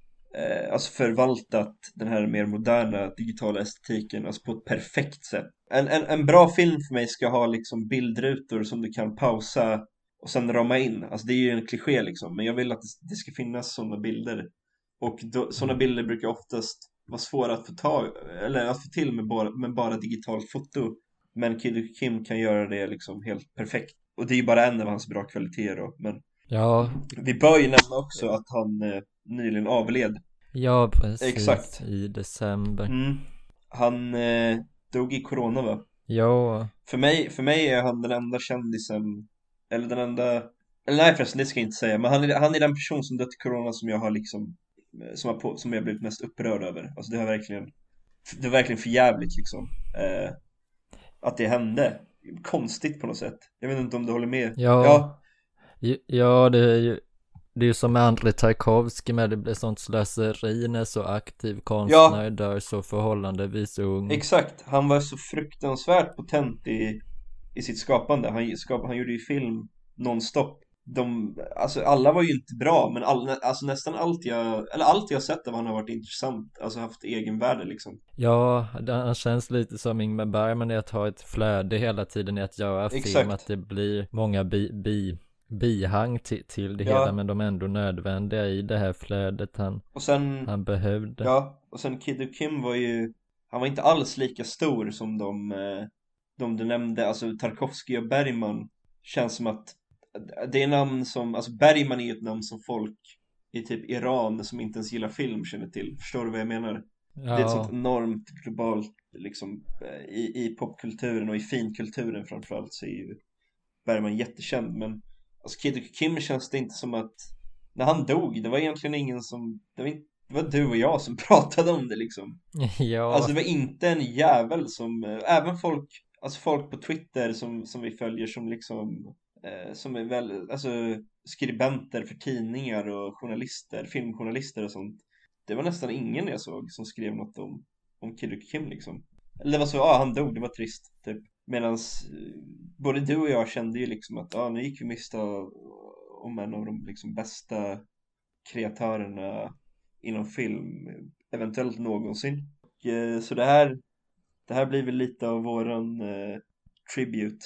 eh, alltså förvaltat den här mer moderna digitala estetiken, alltså på ett perfekt sätt. En, en, en bra film för mig ska ha liksom bildrutor som du kan pausa och sen rama in. Alltså det är ju en kliché liksom, men jag vill att det, det ska finnas sådana bilder. Och då, sådana bilder brukar oftast vara svåra att få tag, eller att få till med bara, med bara digitalt foto. Men Kido Kim kan göra det liksom helt perfekt. Och det är ju bara en av hans bra kvaliteter då. Men ja, vi bör ju nämna också att han eh, nyligen avled. Ja, precis. Exakt. I december. Mm. Han eh, dog i corona, va? Ja. För mig, för mig är han den enda kändisen, eller den enda, eller nej förresten, det ska jag inte säga, men han är, han är den person som dött i corona som jag har liksom, som, har på, som jag blivit mest upprörd över. Alltså det har verkligen, det var verkligen för jävligt liksom, eh, att det hände. Konstigt på något sätt. Jag vet inte om du håller med. Ja, ja. ja det är ju det är ju som med Andrei Tarkovsky, med det blir sånt slöseri när så aktiv konstnär ja. dör så förhållandevis ung. Exakt, han var så fruktansvärt potent i, i sitt skapande. Han, skap, han gjorde ju film nonstop. De, alltså alla var ju inte bra, men all, alltså nästan allt jag, eller allt jag sett av han har varit intressant, alltså haft egen värde liksom. Ja, det känns lite som Ingmar Bergman i att ha ett flöde hela tiden i att göra film. Exakt. Att det blir många bi, bi bihang till, till det ja. hela, men de är ändå nödvändiga i det här flödet han, och sen, han behövde. Ja, och sen Kido Kim var ju, han var inte alls lika stor som de, de du nämnde, alltså Tarkovsky och Bergman. Känns som att det är namn som, alltså Bergman är ett namn som folk i typ Iran som inte ens gillar film känner till. Förstår du vad jag menar? Ja. Det är ett sånt enormt globalt liksom, i, i popkulturen och i finkulturen framförallt, så är ju Bergman jättekänd, men alltså Kid och Kim känns det inte som att när han dog, det var egentligen ingen som, det var, inte, det var du och jag som pratade om det liksom. Ja. Alltså det var inte en jävel som, även folk, alltså folk på Twitter som, som vi följer som liksom, eh, som är väl, alltså skribenter för tidningar och journalister, filmjournalister och sånt. Det var nästan ingen jag såg som skrev något om, om Kid och Kim liksom. Eller det var så, ja ah, han dog, det var trist typ. Medans både du och jag kände ju liksom att ah, nu gick vi miste om en av de liksom bästa kreatörerna inom film, eventuellt någonsin. Och, eh, så det här det här blir väl lite av våran eh, tribute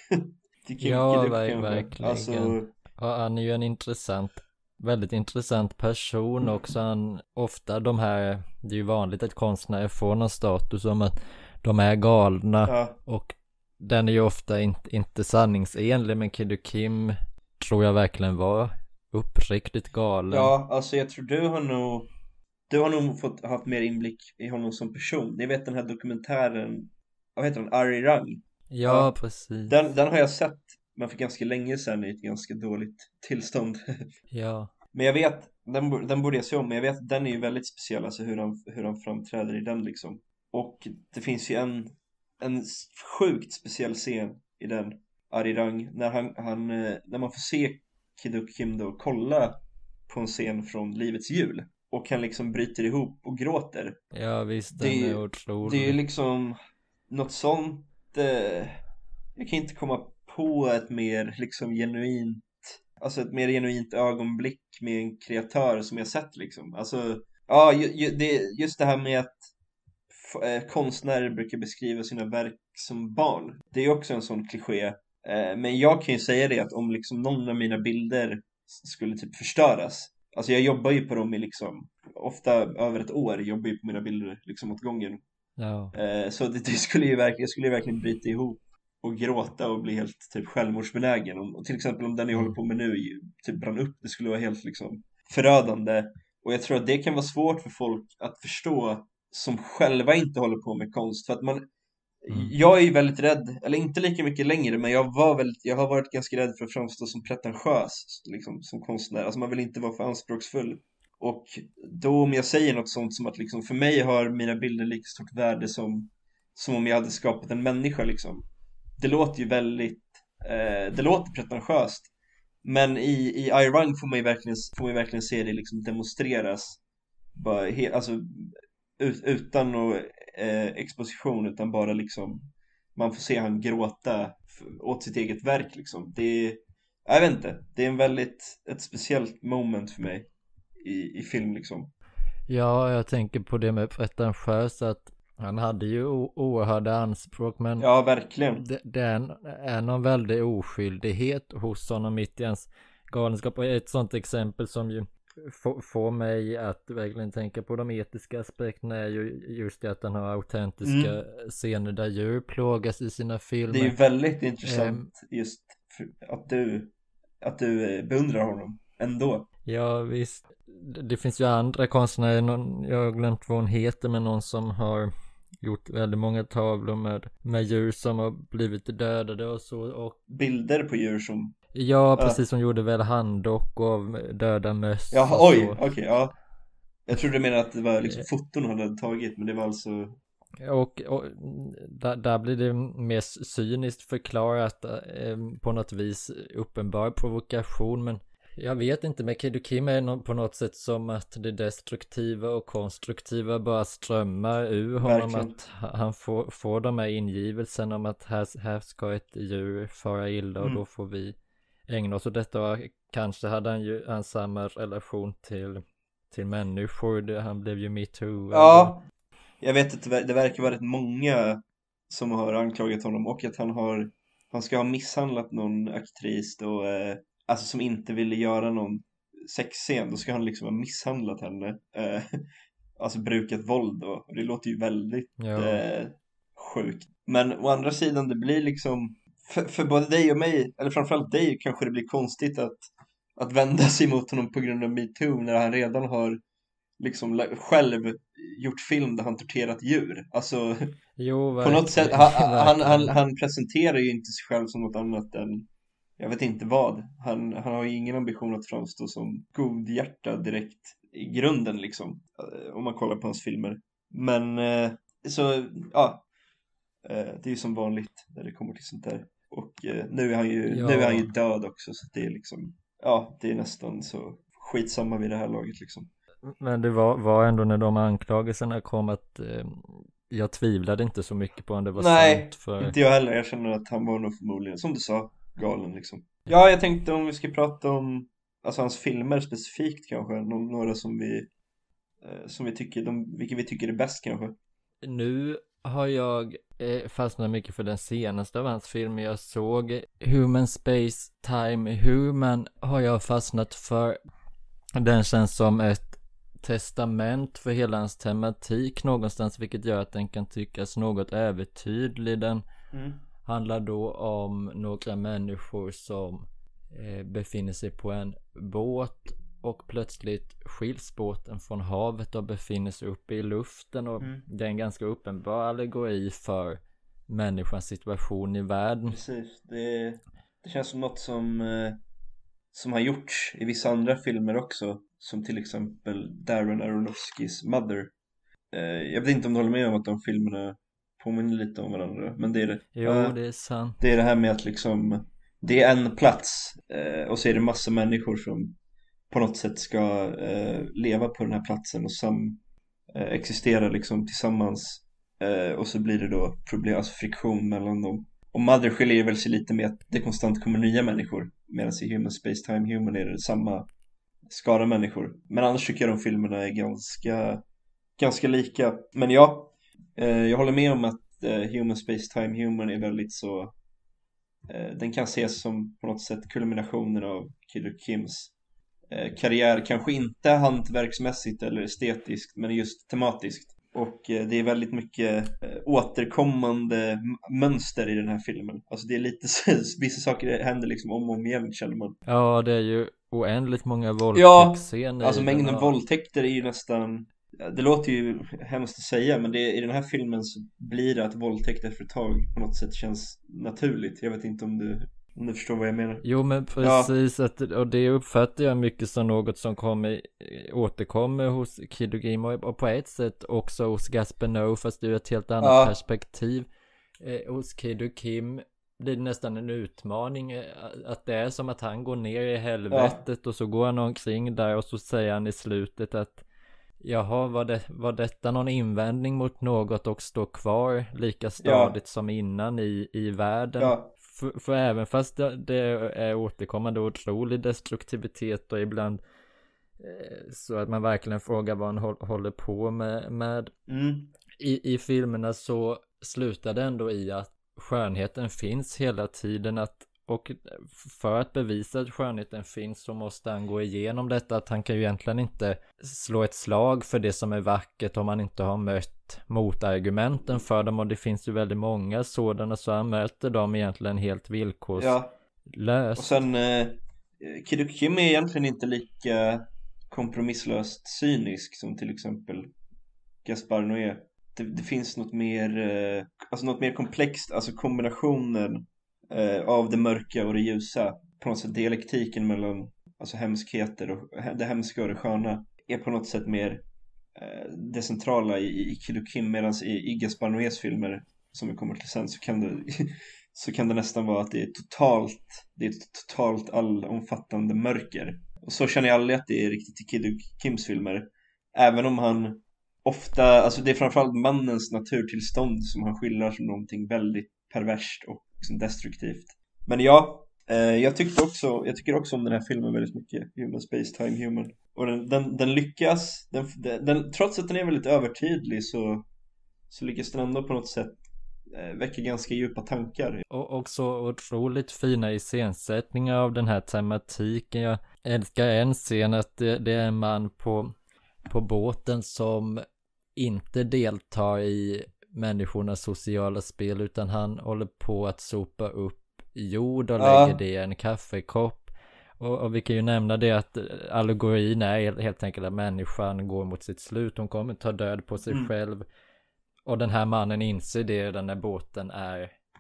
till Kim Ja, Kid och ver- Kim. verkligen. Alltså, Ja, han är ju en intressant, väldigt intressant person också. Han, ofta de här, det är ju vanligt att konstnärer får någon status om att de är galna, ja. och den är ju ofta inte, inte sanningsenlig, men Kid och Kim tror jag verkligen var uppriktigt galen. Ja, alltså jag tror du har nog Du har nog fått haft mer inblick i honom som person. Ni vet den här dokumentären, vad heter den? Arirang. Ja, ja, precis. Den, den har jag sett, men för ganska länge sedan i ett ganska dåligt tillstånd. Ja. Men jag vet, den, den borde jag se om, men jag vet att den är ju väldigt speciell, alltså hur han, hur han framträder i den liksom. Och det finns ju en, en sjukt speciell scen i den Arirang, när, han, han, när man får se Kid och Kim då kolla på en scen från Livets jul. Och han liksom bryter ihop och gråter. Ja visst, den det, är otrolig. Det är ju liksom något sånt, eh, jag kan inte komma på ett mer liksom genuint, alltså ett mer genuint ögonblick med en kreatör som jag sett liksom. Alltså, ja, ju, ju, det, just det här med att f- eh, konstnärer brukar beskriva sina verk som barn. Det är ju också en sån kliché. Eh, men jag kan ju säga det att om liksom någon av mina bilder skulle typ förstöras, alltså jag jobbar ju på dem i liksom ofta över ett år, jobbar ju på mina bilder liksom åt gången. Ja. Eh, så det, det skulle ju verkligen, jag skulle ju verkligen bryta ihop och gråta och bli helt typ självmordsbenägen. Om, och till exempel om den jag Mm. håller på med nu typ brann upp, det skulle vara helt liksom förödande. Och jag tror att det kan vara svårt för folk att förstå som själva inte håller på med konst. För att man, Mm. jag är ju väldigt rädd, eller inte lika mycket längre, men jag var väldigt, jag har varit ganska rädd för att framstå som pretentiös liksom, som konstnär. Alltså man vill inte vara för anspråksfull. Och då om jag säger något sånt som att liksom, för mig har mina bilder lika stort värde som, som om jag hade skapat en människa liksom. Det låter ju väldigt, eh, det låter pretentiöst. Men i, i Arirang får man ju verkligen, får man ju verkligen se det liksom demonstreras. Bara he, alltså, ut, utan någon eh, exposition, utan bara liksom man får se han gråta åt sitt eget verk liksom. Det är, jag vet inte, det är en väldigt, ett speciellt moment för mig i, i film liksom. Ja, jag tänker på det med pretentiös, att han hade ju o- oerhörda anspråk, men ja, verkligen. det, det är, en, är någon väldig oskyldighet hos honom mitt i ens galenskap. Och ett sånt exempel som ju f- får mig att verkligen tänka på de etiska aspekterna är ju just det att han har autentiska mm. scener där djur plågas i sina filmer. Det är ju väldigt intressant um, just att du, att du beundrar honom ändå. Ja visst, det finns ju andra konstnärer, någon, jag har glömt vad hon heter, men någon som har gjort väldigt många tavlor med, med djur som har blivit dödade och så. Och bilder på djur som... Ja, precis, som uh. gjorde väl handdockor av döda möss. Ja, oj, okej, okay, ja. Jag trodde du menade att det var liksom foton hon hade tagit, men det var alltså... Och, och där, där blir det mer cyniskt förklarat eh, på något vis uppenbar provokation, men jag vet inte, med Kid och Kim är no- på något sätt som att det destruktiva och konstruktiva bara strömmar ur honom. Verkligen. Att han får, får de här ingivelsen om att här, här ska ett djur fara illa och mm. då får vi ägna oss åt detta. Och kanske hade han ju han samma relation till, till människor, han blev ju MeToo. Ja, jag vet att det verkar vara rätt många som har anklagat honom, och att han har han ska ha misshandlat någon aktris då, eh, alltså som inte ville göra någon sexscen. Då ska han liksom ha misshandlat henne, eh, alltså brukat våld då. Och det låter ju väldigt ja. eh, sjukt. Men å andra sidan, det blir liksom för, för både dig och mig, eller framförallt dig, kanske det blir konstigt att, att vända sig mot honom på grund av MeToo, när han redan har liksom själv gjort film där han torterat djur. Alltså jo, på något sätt, han, han, han, han presenterar ju inte sig själv som något annat än jag vet inte vad. Han, han har ju ingen ambition att framstå som godhjärtad direkt i grunden liksom, eh, om man kollar på hans filmer. Men eh, så, ja, eh, det är ju som vanligt när det kommer till sånt där. Och eh, nu är han ju, Ja. nu är han ju död också, så det är liksom, ja, det är nästan så skitsamma vid det här laget liksom. Men det var, var ändå när de anklagelserna kom att eh, jag tvivlade inte så mycket på om det var Nej, sant. För... inte jag heller. Jag känner att han var nog förmodligen, som du sa, galen liksom. Ja, jag tänkte om vi ska prata om, alltså hans filmer specifikt kanske, Nå- några som vi eh, som vi tycker, de, vilka vi tycker är bäst kanske. Nu har jag eh, fastnat mycket för den senaste av hans filmer jag såg. Human Space Time Human har jag fastnat för. Den känns som ett testament för hela hans tematik någonstans, vilket gör att den kan tyckas något övertydlig. Den Mm. handlar då om några människor som eh, befinner sig på en båt och plötsligt skiljs båten från havet och befinner sig uppe i luften, och Mm. det är en ganska uppenbar allegori för människans situation i världen. Precis, det, det känns som något som eh, som har gjorts i vissa andra filmer också, som till exempel Darren Aronofskys Mother. eh, Jag vet inte om du håller med om att de filmerna påminner lite om varandra, men det är det. Jo, Eh, det är sant. Det är det här med att liksom, det är en plats eh, och så är det massa människor som på något sätt ska eh, leva på den här platsen och sam, eh, existera liksom tillsammans, eh, och så blir det då problem, alltså friktion mellan dem. Och Mother skiljer väl sig lite med att det konstant kommer nya människor, medan i Human Space Time Human är det samma skara människor. Men annars tycker jag de filmerna är ganska ganska lika. Men ja, eh, jag håller med om att eh, Human Space Time Human är väldigt så, eh, den kan ses som på något sätt kulminationen av Kid Kims eh, karriär, kanske inte hantverksmässigt eller estetiskt, men just tematiskt. Och eh, det är väldigt mycket eh, återkommande m- mönster i den här filmen. Alltså det är lite så, vissa saker händer liksom om och om igen, känner man. Ja, det är ju oändligt många Ja, våldtäktsscener alltså i mängden den, och... våldtäkter är ju nästan, det låter ju hemskt att säga, men det, i den här filmen så blir det att våldtäkt efter ett tag på något sätt känns naturligt. Jag vet inte om du, om du förstår vad jag menar. Jo, men precis, ja. att, och det uppfattar jag mycket som något som kommer, återkommer hos Kid Kim, och, och på ett sätt också hos Gaspar Noé, fast det är ett helt annat Ja. perspektiv. Eh, hos Kid Kim blir det nästan en utmaning, eh, att det är som att han går ner i helvetet, ja. Och så går han omkring där och så säger han i slutet att jaha, var, det, var detta någon invändning mot något och står kvar lika stadigt, ja. Som innan i, i världen. Ja. För, för även fast det, det är återkommande otrolig destruktivitet och ibland eh, så att man verkligen frågar vad han håll, håller på med, med. Mm. I, i filmerna så slutar det ändå i att skönheten finns hela tiden, att, och för att bevisa att skönheten finns så måste han gå igenom detta, att han kan ju egentligen inte slå ett slag för det som är vackert om han inte har mött motargumenten för dem, och det finns ju väldigt många sådana, så han möter dem egentligen helt villkorslöst. Ja. Och sen eh, Kid Kim är egentligen inte lika kompromisslöst cynisk som till exempel Gaspar Noé. Det, det finns något mer eh, alltså något mer komplext, alltså kombinationen eh, av det mörka och det ljusa, på något sätt dialektiken mellan alltså hemskheter och det hemska och det sköna är på något sätt mer eh, det centrala i, i Kid Kim, medan i, i Gaspar Noés filmer som vi kommer till sen så kan det så kan det nästan vara att det är totalt det är ett totalt allomfattande mörker, och så känner jag aldrig att det är riktigt i Kid Kims filmer, även om han ofta, alltså det är framförallt mannens naturtillstånd som han skildrar som någonting väldigt perverst och liksom destruktivt. Men ja, eh, jag tyckte också, jag tycker också om den här filmen väldigt mycket, Human Space Time Human. Och den, den, den lyckas, den, den, trots att den är väldigt övertydlig så, så lyckas den ändå på något sätt eh, väcka ganska djupa tankar. Och också otroligt fina iscensättningar av den här tematiken. Jag älskar en scen att det, det är en man på, på båten som inte deltar i människornas sociala spel, utan han håller på att sopa upp jord och ja. lägger det i en kaffekopp. Och, och vi kan ju nämna det att allegorin är helt enkelt att människan går mot sitt slut. Hon kommer ta död på sig mm. själv. Och den här mannen inser det när båten är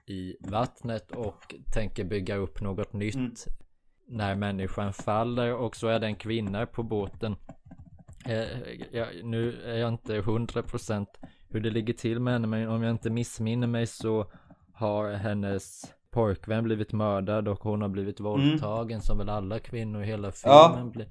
i vattnet och tänker bygga upp något nytt mm. när människan faller, och så är det en kvinna på båten. Eh, jag, nu är jag inte hundra procent hur det ligger till med henne, men om jag inte missminner mig så har hennes pojkvän blivit mördad och hon har blivit våldtagen mm. som väl alla kvinnor i hela filmen ja. blir.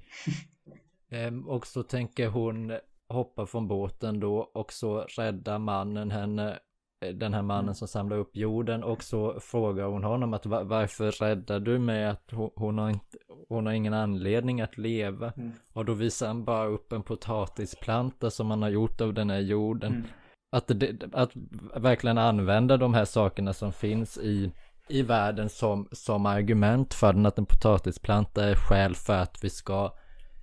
Eh, och så tänker hon hoppa från båten då, och så räddar mannen henne, den här mannen mm. som samlar upp jorden, och så frågar hon honom att varför räddar du mig, att hon, hon, har inte, hon har ingen anledning att leva mm. och då visar han bara upp en potatisplanta som man har gjort av den här jorden mm. att, det, att verkligen använda de här sakerna som finns i, i världen som, som argument för den, att en potatisplanta är skäl för att vi ska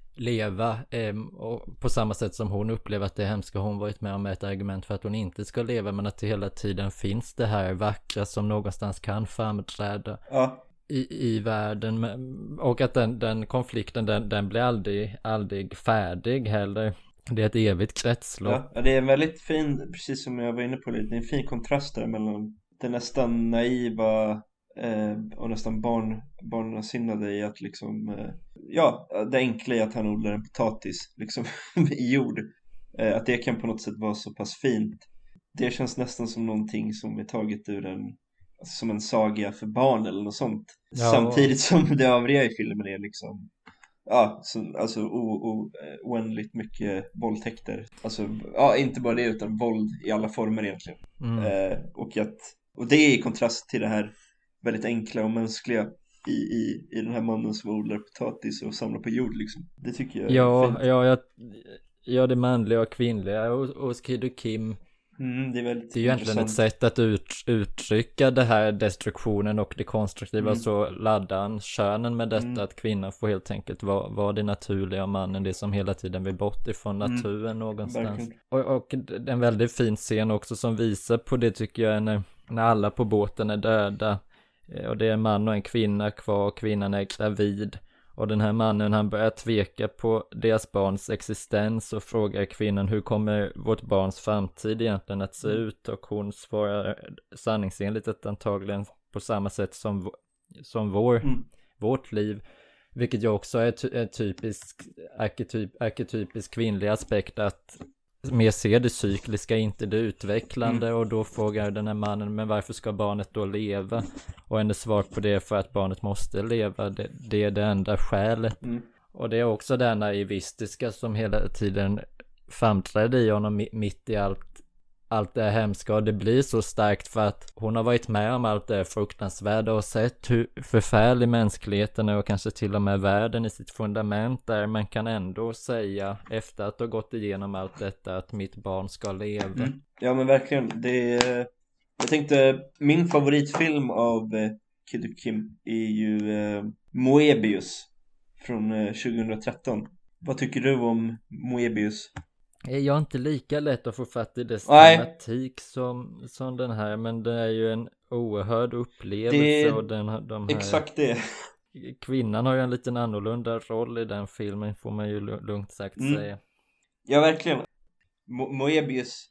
leva, eh, och på samma sätt som hon upplever att det hemska hon varit med om är ett argument för att hon inte ska leva, men att det hela tiden finns det här vackra som någonstans kan framträda ja. i, i världen, och att den, den konflikten den, den blir aldrig, aldrig färdig heller. Det är ett evigt kretslopp. Ja, det är en väldigt fin, precis som jag var inne på lite, det är en fin kontrast där mellan det nästan naiva Eh, och nästan barn, barnasinnade i att liksom eh, ja, det enkla i att han odlar en potatis liksom i jord, eh, att det kan på något sätt vara så pass fint. Det känns nästan som någonting som är taget ur en, alltså som en saga för barn eller något sånt, ja. Samtidigt som det övriga i filmen är liksom ja, så, alltså o, o, oändligt mycket våldtäkter, alltså ja, inte bara det utan våld i alla former egentligen mm. eh, och, att, och det är i kontrast till det här väldigt enkla och mänskliga i, i, i den här mannen som odlar potatis och samlar på jord liksom. Det tycker jag är ja, fint. Ja, jag, ja, det manliga och kvinnliga och, och Kid och Kim. Mm, det är väldigt det är ju egentligen ett sätt att ut, uttrycka det här destruktionen och det konstruktiva, mm. så laddan könen med detta mm. att kvinnan får helt enkelt vara, vara det naturliga och mannen det som hela tiden vill bort ifrån naturen mm. någonstans. Och, och en väldigt fin scen också som visar på det tycker jag är när, när alla på båten är döda. Och det är en man och en kvinna kvar, och kvinnan är gravid. Och den här mannen han börjar tveka på deras barns existens och frågar kvinnan hur kommer vårt barns framtid egentligen att se ut? Och hon svarar sanningsenligt att antagligen på samma sätt som, som vår, mm. vårt liv. Vilket ju också är ty- en typisk arketyp, arketypisk kvinnlig aspekt, att mer se det cykliska, inte det utvecklande mm. och då frågar den här mannen, men varför ska barnet då leva? Och hennes svar på det är för att barnet måste leva, det, det är det enda skälet mm. och det är också det naivistiska som hela tiden framträder i honom mitt i allt allt det hemska, och det blir så starkt för att hon har varit med om allt det fruktansvärda och sett hur förfärlig mänskligheten är och kanske till och med världen i sitt fundament där, man kan ändå säga efter att ha gått igenom allt detta att mitt barn ska leva. Mm. Ja men verkligen, det är, jag tänkte min favoritfilm av eh, Kid och Kim är ju eh, Moebius från eh, tjugohundratretton. Vad tycker du om Moebius? Jag är inte lika lätt att få fatt i dess tematik som, som den här, men det är ju en oerhörd upplevelse det, och den, de här, exakt det. Kvinnan har ju en liten annorlunda roll i den filmen, får man ju lugnt sagt mm. säga. Ja verkligen. Mo- Moebius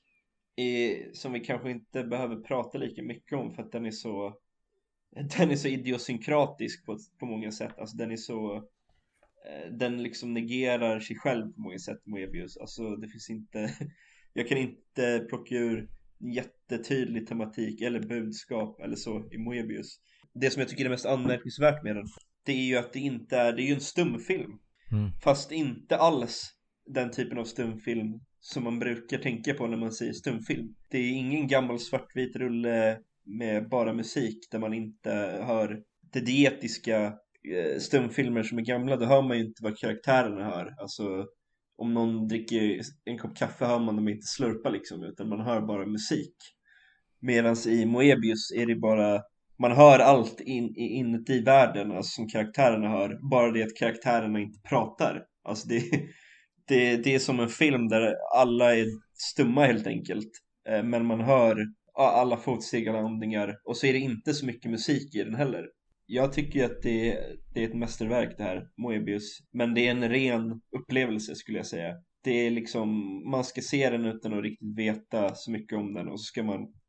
är, som vi kanske inte behöver prata lika mycket om för att den är så den är så idiosynkratisk på, på många sätt, alltså den är så den liksom negerar sig själv på många sätt, Moebius. Alltså det finns inte jag kan inte plocka ur jättetydlig tematik eller budskap eller så i Moebius. Det som jag tycker är mest anmärkningsvärt med den, det är ju att det inte är, det är ju en stumfilm mm. fast inte alls den typen av stumfilm som man brukar tänka på när man säger stumfilm. Det är ingen gammal svartvit rulle med bara musik där man inte hör det dietiska. Stumfilmer som är gamla, då hör man ju inte vad karaktärerna hör. Alltså om någon dricker en kopp kaffe hör man dem inte slurpa liksom, utan man hör bara musik. Medan i Moebius är det bara, man hör allt in, inuti världen, alltså som karaktärerna hör, bara det att karaktärerna inte pratar. Alltså det, det, det är som en film där alla är stumma helt enkelt, men man hör alla fotsteg, alla andningar, och så är det inte så mycket musik i den heller. Jag tycker att det är, det är ett mästerverk det här, Moebius. Men det är en ren upplevelse skulle jag säga. Det är liksom, man ska se den utan att riktigt veta så mycket om den. Och så ska man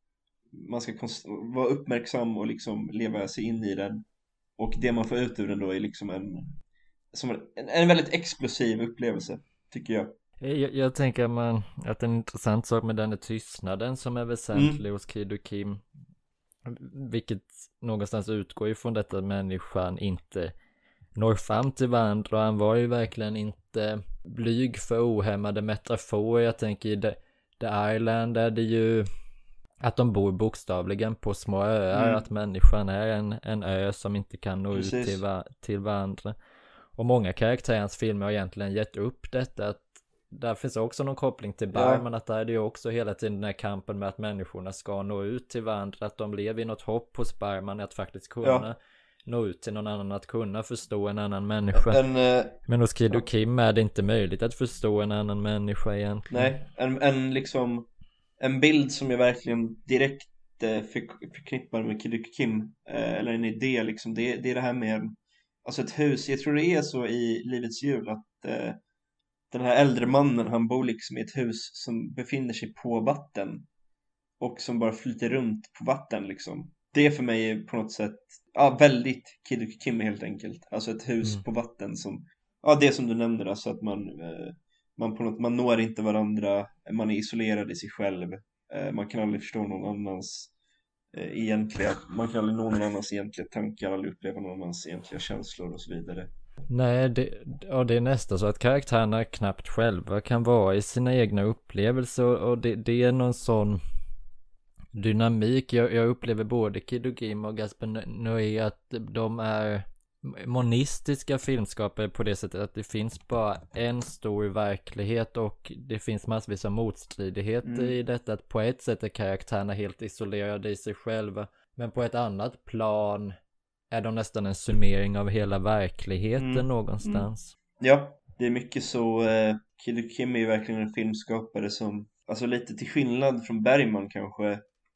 man ska konst- vara uppmärksam och liksom leva sig in i den. Och det man får ut ur den då är liksom en, som en, en väldigt explosiv upplevelse, tycker jag. Jag, jag tänker man, att en intressant sak med den är tystnaden som är väsentlig Mm. hos Kid och Kim. Vilket någonstans utgår ifrån detta att människan inte når fram till varandra. Och han var ju verkligen inte blyg för ohämmade metaforer. Jag tänker i The, The Island är det ju att de bor bokstavligen på små öar. Mm. Att människan är en, en ö som inte kan nå Precis. ut till, va, till varandra. Och många karaktärens filmer har egentligen gett upp detta. Att där finns också någon koppling till Bergman. Ja. Att där är det ju också hela tiden den här kampen med att människorna ska nå ut till varandra. Att de lever i något hopp hos Bergman att faktiskt kunna ja. nå ut till någon annan, att kunna förstå en annan människa. En, uh, Men hos Kid och Kim är det inte möjligt att förstå en annan människa egentligen. Nej, en, en liksom en bild som jag verkligen direkt eh, för, förknippar med Kid och Kim, eh, eller en idé liksom, det, det är det här med alltså ett hus. Jag tror det är så i Livets jul att eh, den här äldre mannen, han bor liksom i ett hus som befinner sig på vatten och som bara flyter runt på vatten liksom. Det är för mig på något sätt ja, väldigt Kid och Kim helt enkelt. Alltså ett hus mm. på vatten som, ja det som du nämnde, alltså att man, eh, man på något, man når inte varandra, man är isolerad i sig själv, eh, man kan aldrig förstå någon annans eh, egentliga, man kan aldrig nå någon annans egentliga tankar, aldrig uppleva någon annans egentliga känslor och så vidare. Nej, det, ja, det är nästan så att karaktärerna knappt själva kan vara i sina egna upplevelser och det, det är någon sån dynamik. Jag, jag upplever både Kid och Kim och Gaspar Noé att de är monistiska filmskapare på det sättet att det finns bara en stor verklighet och det finns massvis av motstridigheter mm. i detta. Att på ett sätt är karaktärerna helt isolerade i sig själva, men på ett annat plan är de nästan en summering av hela verkligheten mm. någonstans. Mm. Ja, det är mycket så. eh, Kid och Kim är ju verkligen en filmskapare som, alltså lite till skillnad från Bergman kanske,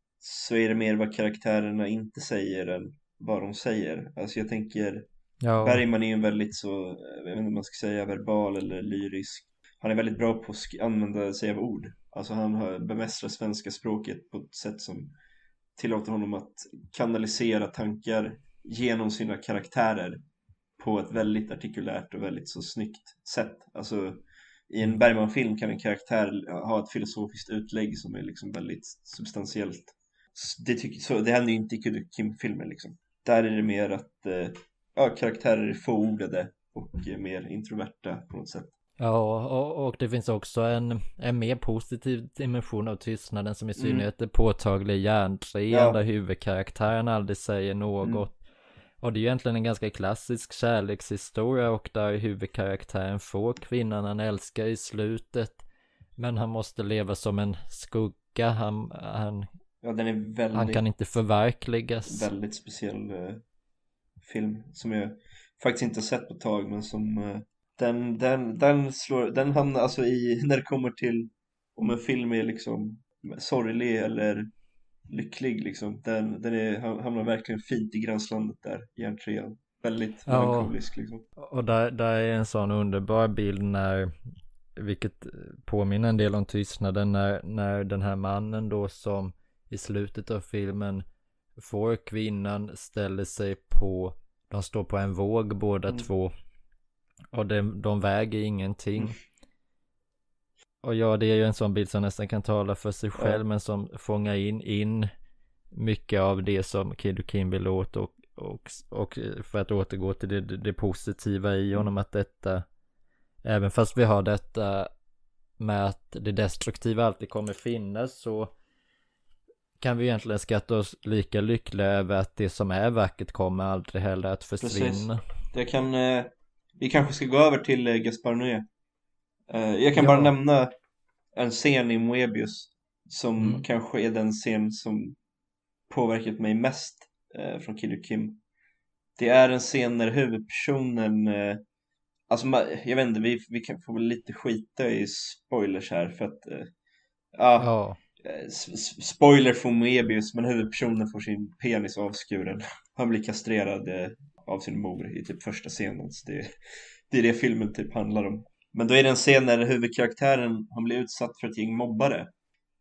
så är det mer vad karaktärerna inte säger än vad de säger. Alltså jag tänker ja. Bergman är ju en väldigt så, jag vet inte om man ska säga verbal eller lyrisk. Han är väldigt bra på att sk- använda sig av ord. Alltså han har bemästrat svenska språket på ett sätt som tillåter honom att kanalisera tankar genom sina karaktärer på ett väldigt artikulärt och väldigt så snyggt sätt. Alltså i en Bergman-film kan en karaktär ha ett filosofiskt utlägg som är liksom väldigt substantiellt. Det, tycker, så, det händer ju inte i Kid och Kim-filmer liksom. Där är det mer att eh, ja, karaktärer är förordade och är mer introverta på något sätt. Ja, och, och det finns också en, en mer positiv dimension av tystnaden som i synnerhet är påtaglig i Järntrean ja. där huvudkaraktären aldrig säger något. Mm. Och det är ju egentligen en ganska klassisk kärlekshistoria och där huvudkaraktären får kvinnan han älskar i slutet. Men han måste leva som en skugga. Han, han, ja, den är väldigt, han kan inte förverkligas. Väldigt speciell eh, film som jag faktiskt inte har sett på ett tag, men som eh, den, den, den slår, den hamnar alltså i, när det kommer till om en film är liksom sorglig eller lycklig liksom, den, den är, hamnar verkligen fint i gränslandet där, Järntrean. Väldigt melankolisk ja, liksom. Och där, där är en sån underbar bild när, vilket påminner en del om tystnaden, när, när den här mannen då som i slutet av filmen får kvinnan ställer sig på, de står på en våg båda mm. två och de, de väger ingenting. Mm. Och ja, det är ju en sån bild som nästan kan tala för sig själv ja. men som fångar in, in mycket av det som Kid och Kim vill åt och, och, och för att återgå till det, det positiva i honom, att detta, även fast vi har detta med att det destruktiva alltid kommer finnas, så kan vi egentligen skatta oss lika lyckliga över att det som är vackert kommer aldrig heller att försvinna. Precis. Jag kan, eh, vi kanske ska gå över till eh, Gaspar Noé. Uh, jag kan ja. bara nämna en scen i Moebius som mm. kanske är den scen som påverkat mig mest uh, från Kid och Kim. Det är en scen när huvudpersonen uh, alltså jag vet inte, vi, vi kan få lite skita i spoilers här för att uh, ja. uh, spoiler från Moebius, men huvudpersonen får sin penis avskuren. Han blir kastrerad uh, av sin mor i typ första scenen, så det, det är det filmen typ handlar om. Men då är det en scen när huvudkaraktären, han blir utsatt för ett gäng mobbare.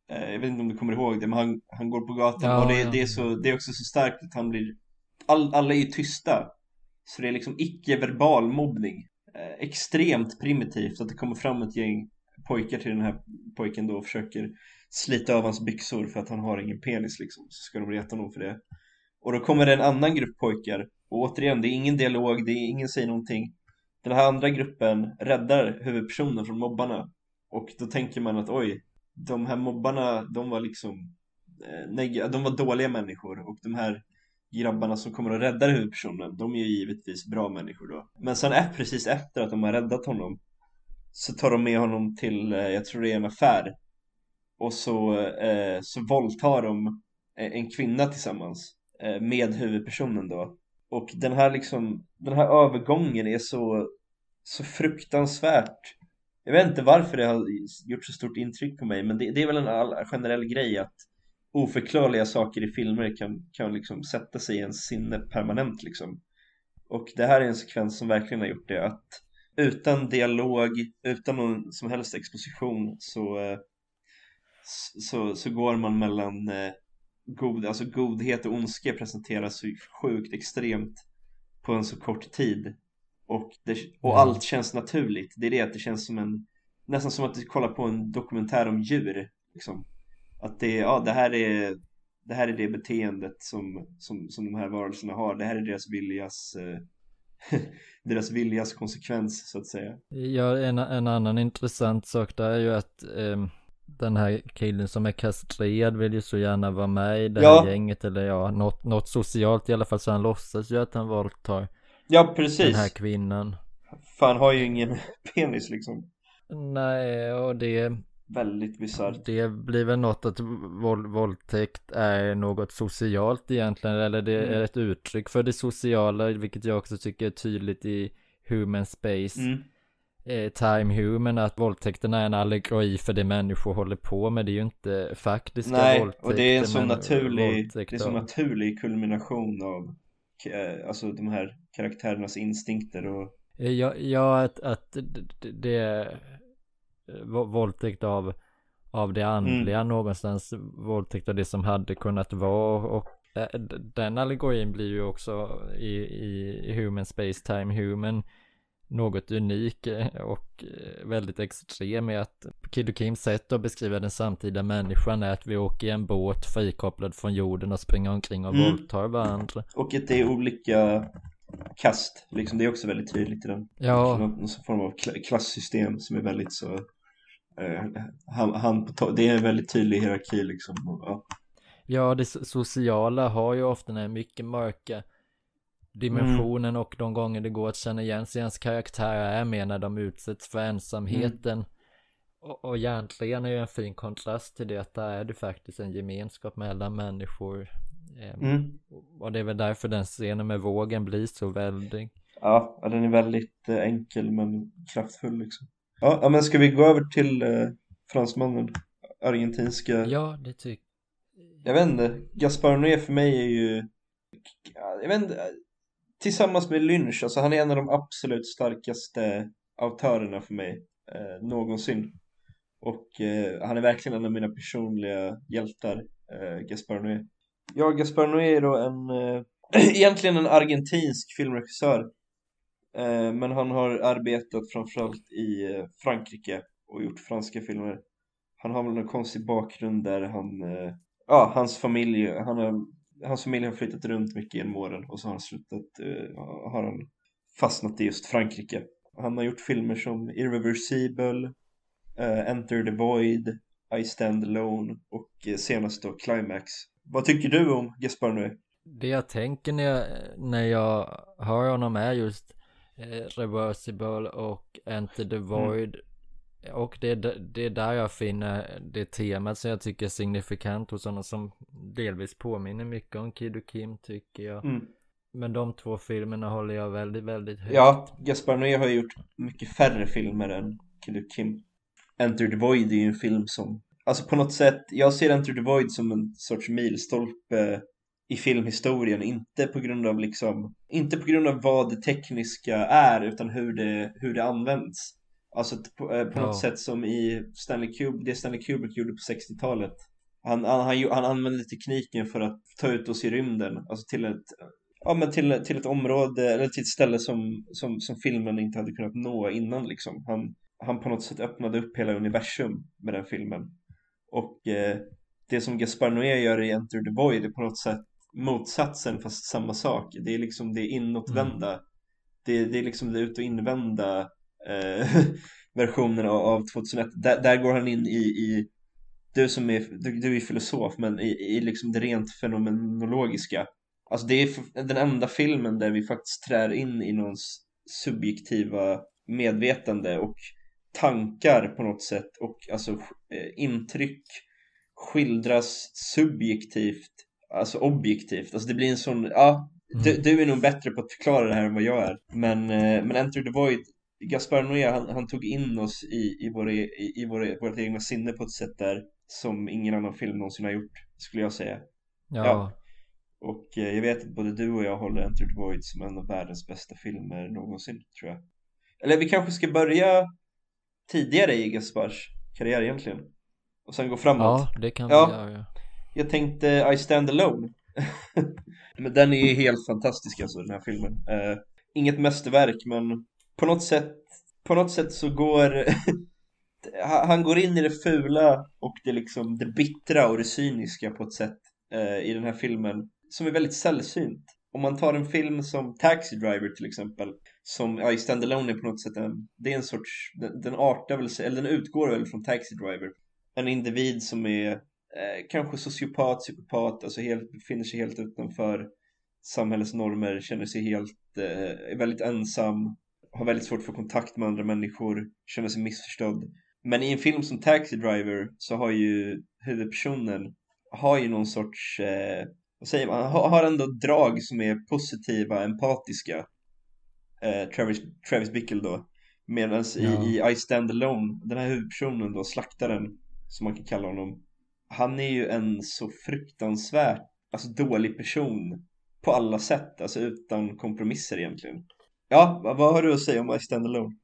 eh, jag vet inte om du kommer ihåg det, men han, han går på gatan Ja, och det, ja. det, är så, det är också så starkt att han blir, all, alla är ju tysta. Så det är liksom icke-verbal mobbning. Eh, extremt primitivt att det kommer fram ett gäng pojkar till den här pojken då och försöker slita av hans byxor för att han har ingen penis liksom. Så ska de reta honom för det. Och då kommer det en annan grupp pojkar. Och återigen, det är ingen dialog, det är ingen säger någonting. Den här andra gruppen räddar huvudpersonen från mobbarna. Och då tänker man att oj, de här mobbarna, de var liksom eh, neg- de var dåliga människor. Och de här grabbarna som kommer att rädda huvudpersonen, de är ju givetvis bra människor då. Men sen är precis efter att de har räddat honom, så tar de med honom till, eh, jag tror det är en affär. Och så, eh, så våldtar de en kvinna tillsammans eh, med huvudpersonen då. Och den här liksom, den här övergången är så, så fruktansvärt. Jag vet inte varför det har gjort så stort intryck på mig, men det, det är väl en all, generell grej att oförklarliga saker i filmer kan, kan liksom sätta sig i ens sinne permanent liksom. Och det här är en sekvens som verkligen har gjort det, att utan dialog, utan någon som helst exposition så, eh, så, så går man mellan eh, god, alltså godhet och ondska presenteras så sjukt extremt på en så kort tid. Och, det, och Ja. allt känns naturligt. Det är det att det känns som en, nästan som att du kollar på en dokumentär om djur liksom. Att det, ja, det här är det här är det beteendet som, som, som de här varelserna har. Det här är deras viljas eh, deras viljas konsekvens så att säga. Ja, en, en annan intressant sak där är ju att eh, den här killen som är kastrerad vill ju så gärna vara med i det Ja. här gänget, eller ja, något, något socialt i alla fall, så han låtsas ju att han våldtar Ja, precis. den här kvinnan. För han har ju ingen penis liksom. Nej, och det Väldigt bisarrt. det blir väl något att våld, våldtäkt är något socialt egentligen, eller det är Mm. ett uttryck för det sociala, vilket jag också tycker är tydligt i Human Space. Mm. Eh, Time Human, att våldtäkterna är en allegori för det människor håller på med. Det är ju inte faktiska Nej, våldtäkter. och det är en sån men naturlig det är våldtäkter. en sån naturlig kulmination av eh, alltså de här karaktärernas instinkter och Eh, Ja, ja att, att d- d- det är vå- våldtäkt av, av det andliga Mm. någonstans, våldtäkt av det som hade kunnat vara, och eh, d- den allegorin blir ju också i, i, i Human Space Time Human något unik eh, och eh, väldigt extrem, i att Kid Kims sätt att beskriva den samtida människan är att vi åker i en båt frikopplad från jorden och springer omkring och Mm. våldtar varandra. och att det är olika kast liksom, det är också väldigt tydligt i den. Ja. Någon, någon form av kla- klassystem som är väldigt så eh, han, han på to- det är en väldigt tydlig hierarki liksom och, ja. Ja, det so- sociala har ju ofta den mycket mörka dimensionen, Mm. och de gånger det går att känna igen sig ens karaktär är mer när de utsätts för ensamheten. Mm. Och, och egentligen är ju en fin kontrast till det att där är det faktiskt en gemenskap mellan människor. Ehm, Mm. Och det är väl därför den scenen med vågen blir så väldig. Ja, ja, den är väldigt eh, enkel men kraftfull liksom. Ja, ja, men ska vi gå över till eh, fransmannen, argentinska. Ja, det tycker Jag vet inte, Gaspar Noé för mig är ju, jag vet inte, tillsammans med Lynch, alltså han är en av de absolut starkaste autörerna för mig eh, någonsin. Och eh, han är verkligen en av mina personliga hjältar, eh, Gaspar Noé. Ja, Gaspar Noé är då en, eh, egentligen en argentinsk filmregissör. Eh, men han har arbetat framförallt i eh, Frankrike och gjort franska filmer. Han har väl en konstig bakgrund där han, eh, ja, hans familj, han har, hans familj har flyttat runt mycket genom åren och så har han slutat, eh, har han fastnat i just Frankrike. Han har gjort filmer som Irreversible, eh, Enter the Void, I Stand Alone och eh, senast då Climax. Vad tycker du om Gaspar Noé? det jag tänker när jag, när jag hör honom är just eh, Reversible och Enter the Void. Mm. Och det, det är där jag finner det temat som jag tycker är signifikant hos honom, som delvis påminner mycket om Kid och Kim, tycker jag. Mm. Men de två filmerna håller jag väldigt, väldigt högt. Ja, Gaspar Noé har ju gjort mycket färre filmer än Kid och Kim. Enter the Void är ju en film som, alltså på något sätt, jag ser Enter the Void som en sorts milstolpe i filmhistorien, inte på grund av liksom, inte på grund av vad det tekniska är, utan hur det, hur det används. Alltså på, eh, på Ja. något sätt som i Stanley Kubrick, det Stanley Kubrick gjorde på sextiotalet. Han, han, han, han använde tekniken för att ta ut oss i rymden, alltså till ett, ja, men till, till ett område eller till ett ställe som, som, som filmen inte hade kunnat nå innan liksom. Han, han på något sätt öppnade upp hela universum med den filmen. Och eh, det som Gaspar Noé gör i Enter the Void är på något sätt motsatsen fast samma sak. Det är liksom det inåtvända. Mm. Det, det är liksom det ut- och invända eh, versionen av, av tjugohundraett. Där, där går han in i, i du som är, du, du är filosof, men i, i liksom det rent fenomenologiska. Alltså det är den enda filmen där vi faktiskt trär in i någons subjektiva medvetande och tankar på något sätt, och alltså eh, intryck skildras subjektivt, alltså objektivt. Alltså det blir en sån, ja, mm. du, du är nog bättre på att förklara det här än vad jag är. Men, eh, men Enter the Void, Gaspar Noé, han, han tog in oss i, i, våra, i, i våra, vårt egna sinne på ett sätt där som ingen annan film någonsin har gjort, skulle jag säga. Ja, ja. Och eh, jag vet att både du och jag håller Enter the Void som en av världens bästa filmer någonsin, tror jag. Eller vi kanske ska börja tidigare i Gaspars karriär egentligen och sen gå framåt. Ja, det kan vi ja, göra. Jag tänkte I Stand Alone. Men den är ju helt fantastisk alltså, den här filmen. uh, Inget mästerverk, men på något sätt På något sätt så går han går in i det fula och det liksom det bittra och det cyniska på ett sätt uh, i den här filmen som är väldigt sällsynt. Om man tar en film som Taxi Driver till exempel, som I Stand Alone är på något sätt en, det är en sorts, den, den artar väl sig, eller den utgår väl från Taxi Driver. En individ som är eh, kanske sociopat, psykopat, alltså helt, befinner sig helt utanför samhällets normer, känner sig helt, eh, är väldigt ensam, har väldigt svårt att få kontakt med andra människor, känner sig missförstådd. Men i en film som Taxi Driver så har ju huvudpersonen har ju någon sorts eh, vad säger man, har, har ändå drag som är positiva, empatiska. eh, Travis, Travis Bickle då. Medan ja. i, i I Stand Alone, den här huvudpersonen då, slaktaren som man kan kalla honom, han är ju en så fruktansvärt alltså dålig person på alla sätt, alltså utan kompromisser egentligen. Ja, vad har du att säga om I Stand Alone?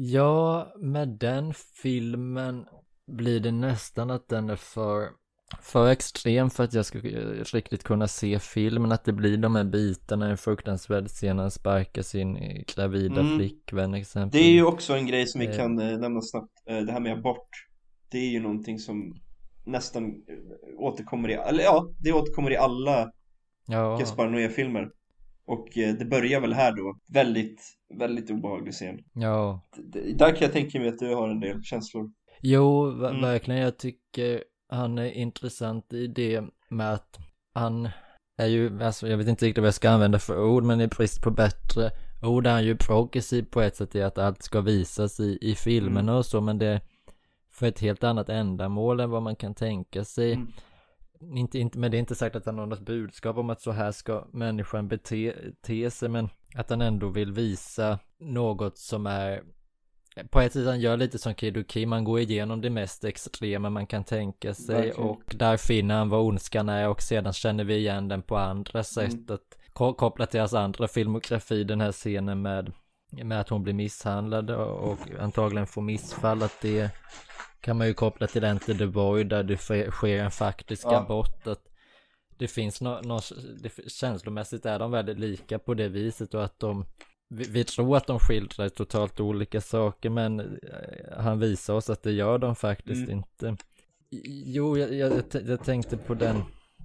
Ja, med den filmen blir det nästan att den är för för extrem för att jag ska riktigt kunna se filmen, att det blir de här bitarna, en fruktansvärd scen han sparkar sin gravida mm. flickvän exempel. Det är ju också en grej som vi kan eh, nämna snabbt, eh, det här med abort. Det är ju någonting som nästan eh, återkommer i, eller ja, det återkommer i alla ja. Gaspar Noé-filmer. Och eh, det börjar väl här då, väldigt, väldigt obehaglig scen. Ja. D- där kan jag tänka mig att du har en del känslor. Jo, v- mm. verkligen, jag tycker han är intressant i det med att han är ju, alltså jag vet inte riktigt vad jag ska använda för ord, men i brist på bättre ord är han ju progressiv på ett sätt i att allt ska visas i, i filmerna mm. och så, men det är för ett helt annat ändamål än vad man kan tänka sig. Mm. Inte, inte, men det är inte sagt att han har något budskap om att så här ska människan bete te sig, men att han ändå vill visa något som är på ett sätt, han gör lite som Kid och Kim, man går igenom det mest extrema man kan tänka sig. Verkligen. Och där finner han vad ondskan är, och sedan känner vi igen den på andra sätt. Mm. Att k- koppla till hans andra filmografi, den här scenen med, med att hon blir misshandlad och, och antagligen får missfall, att det kan man ju koppla till Enter the Void där det sker en faktisk ja. abort. Att det finns något, no, det, känslomässigt är de väldigt lika på det viset, och att de Vi, vi tror att de skildrar totalt olika saker, men han visar oss att det gör de faktiskt mm. inte. Jo, jag, jag, jag tänkte på den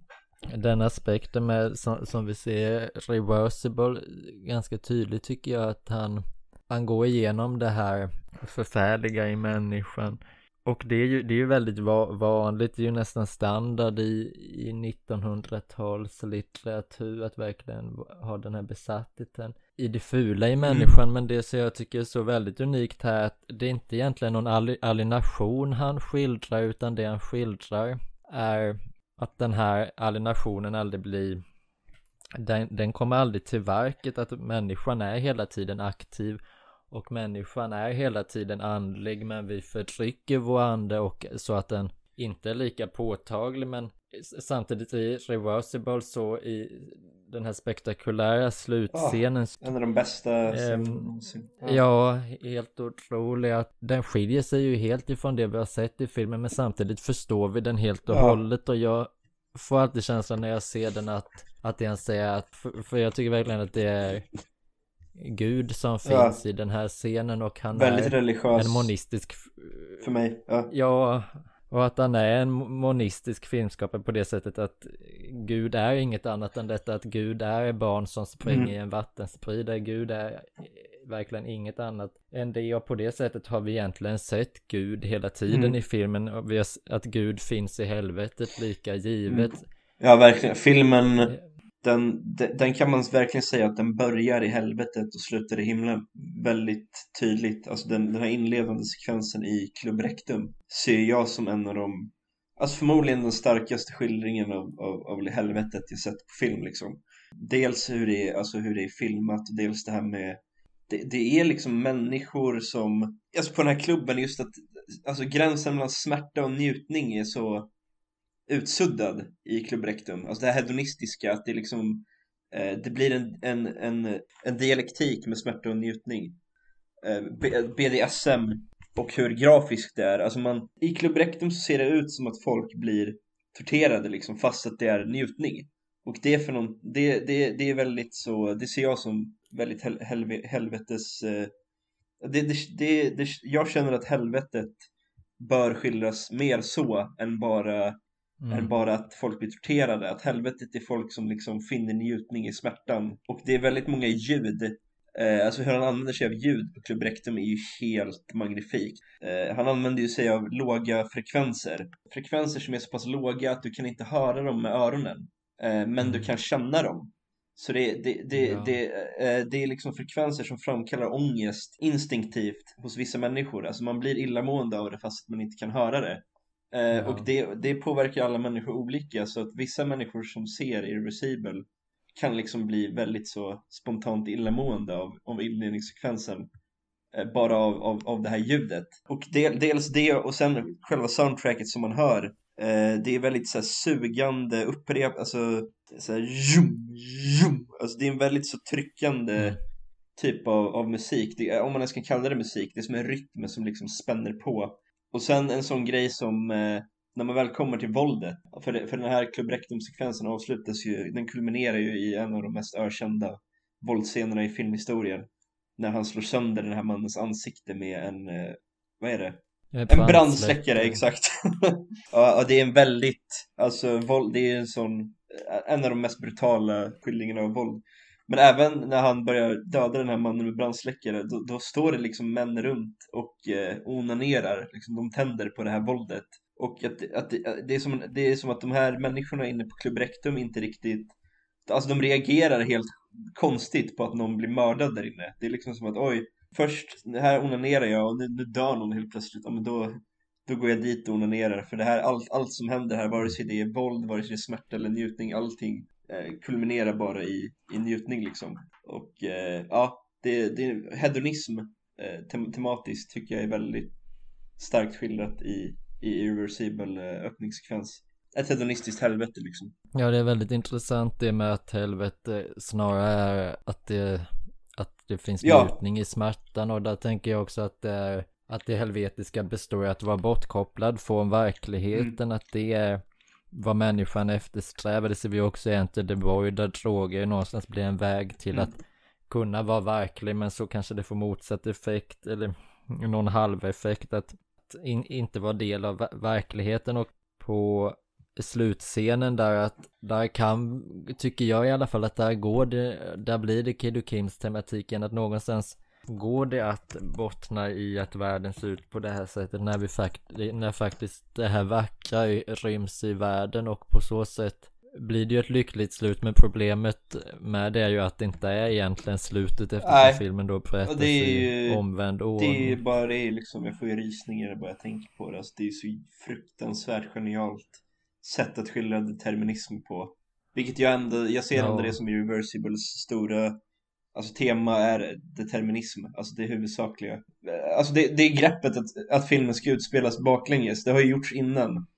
den aspekten med, som, som vi ser Reversible ganska tydligt, tycker jag, att han, han går igenom det här förfärliga i människan. Och det är ju, det är ju väldigt va- vanligt, det är ju nästan standard i, i nittonhundratals litteratur att verkligen ha den här besattheten i det fula i människan. Mm. Men det som jag tycker är så väldigt unikt här, att det är inte egentligen någon al- alienation han skildrar, utan det han skildrar är att den här alienationen aldrig blir, den, den kommer aldrig till verket, att människan är hela tiden aktiv. Och människan är hela tiden andlig, men vi förtrycker vår ande, och så att den inte är lika påtaglig. Men samtidigt i Reversible så i den här spektakulära slutscenen. Ja, en av de bästa um, någonsin. Ja. ja, helt otroligt. Den skiljer sig ju helt ifrån det vi har sett i filmen, men samtidigt förstår vi den helt och ja. hållet, och jag får alltid känslan när jag ser den att, att han säger att, för, för jag tycker verkligen att det är Gud som finns ja. i den här scenen, och han väldigt är religiös en monistisk för mig. Ja. ja, och att han är en monistisk filmskapare på det sättet att Gud är inget annat än detta, att Gud är barn som springer mm. i en vattenspridare. Gud är verkligen inget annat än det, och på det sättet har vi egentligen sett Gud hela tiden mm. i filmen, och vi har, att Gud finns i helvetet lika givet. Mm. Ja, verkligen. Filmen Den, den kan man verkligen säga att den börjar i helvetet och slutar i himlen väldigt tydligt. Alltså den, den här inledande sekvensen i Club Rectum ser jag som en av de, alltså förmodligen den starkaste skildringen av, av, av helvetet jag sett på film liksom. Dels hur det är, alltså hur det är filmat, och dels det här med det, det är liksom människor som, alltså på den här klubben, just att alltså gränsen mellan smärta och njutning är så utsuddad i Club Rectum. Alltså det här hedonistiska, att det liksom eh, det blir en, en, en, en dialektik med smärta och njutning. eh, B D S M och hur grafiskt det är. Alltså man, i Club Rectum så ser det ut som att folk blir torterade liksom, fast att det är njutning. Och det är för någon, det, det, det är väldigt så, det ser jag som väldigt hel, helve, helvetes eh, det, det, det, det, jag känner att helvetet bör skildras mer så än bara Mm. är bara att folk blir torterade. Att helvetet är folk som liksom finner njutning i smärtan. Och det är väldigt många ljud. eh, Alltså hur han använder sig av ljud på Club Rectum är ju helt magnifikt. eh, Han använder ju sig av låga frekvenser. Frekvenser som är så pass låga att du kan inte höra dem med öronen, eh, men mm. du kan känna dem. Så det, det, det, ja. det, eh, det är liksom frekvenser som framkallar ångest instinktivt hos vissa människor. Alltså man blir illamående av det fast man inte kan höra det. Uh, ja. Och det, det påverkar alla människor olika. Så att vissa människor som ser Irreversible kan liksom bli väldigt så spontant illamående av, av inledningssekvensen, uh, bara av, av, av det här ljudet. Och del, dels det, och sen själva soundtracket som man hör, uh, det är väldigt så här sugande upprep, alltså, så här, zoom, zoom. Alltså det är en väldigt så tryckande mm. typ av, av musik, det, om man ens kan kalla det musik. Det är som en rytm som liksom spänner på. Och sen en sån grej som eh, när man väl kommer till våldet, för, det, för den här Club Rectum-sekvensen avslutas ju, den kulminerar ju i en av de mest ökända våldsscenerna i filmhistorien, när han slår sönder den här mannens ansikte med en, eh, vad är det? En, en brandsläckare, exakt. Ja, det är en väldigt, alltså våld, det är en sån, en av de mest brutala skildringarna av våld. Men även när han börjar döda den här mannen med brandsläckare, då, då står det liksom män runt och eh, onanerar, liksom, de tänder på det här våldet. Och att, att det, det, är som, det är som att de här människorna inne på Club Rectum inte riktigt, alltså de reagerar helt konstigt på att någon blir mördad där inne. Det är liksom som att oj, först här onanerar jag och nu, nu dör någon helt plötsligt. Ja, men då, då går jag dit och onanerar. För det här, allt, allt som händer här, vare sig det är våld, vare sig det är smärta eller njutning, allting kulminerar bara i, i njutning liksom. Och eh, ja, det, det hedonism eh, tem- tematiskt tycker jag är väldigt starkt skildrat i, i Irreversible eh, öppningssekvens. Ett hedonistiskt helvete liksom. Ja, det är väldigt intressant det med att helvete snarare är att det, att det finns ja. njutning i smärtan, och där tänker jag också att det är, att det helvetiska består i att vara bortkopplad från verkligheten, mm. att det är vad människan eftersträvar. Det ser vi också i Enter the Void, där droger någonstans blir en väg till mm. att kunna vara verklig, men så kanske det får motsatt effekt eller någon halveffekt, att in, inte vara del av verkligheten. Och på slutscenen där, att där kan, tycker jag i alla fall, att där går det, där blir det Kid och Kims tematiken, att någonstans går det att bottna i att världen ser ut på det här sättet när vi fakt- när faktiskt det här vackra ryms i världen, och på så sätt blir det ju ett lyckligt slut. Men problemet med det är ju att det inte är egentligen slutet, eftersom Nej. filmen då berättas i omvänd ordning. Det är ju bara det liksom, jag får ju rysningar bara jag tänker på det. Alltså, det är så fruktansvärt genialt sätt att skildra determinism på, vilket jag ändå, jag ser ja. ändå det som Irreversibles stora, alltså tema är determinism, alltså det huvudsakliga. Alltså det, det är greppet att, att filmen ska utspelas baklänges. Det har ju gjorts innan.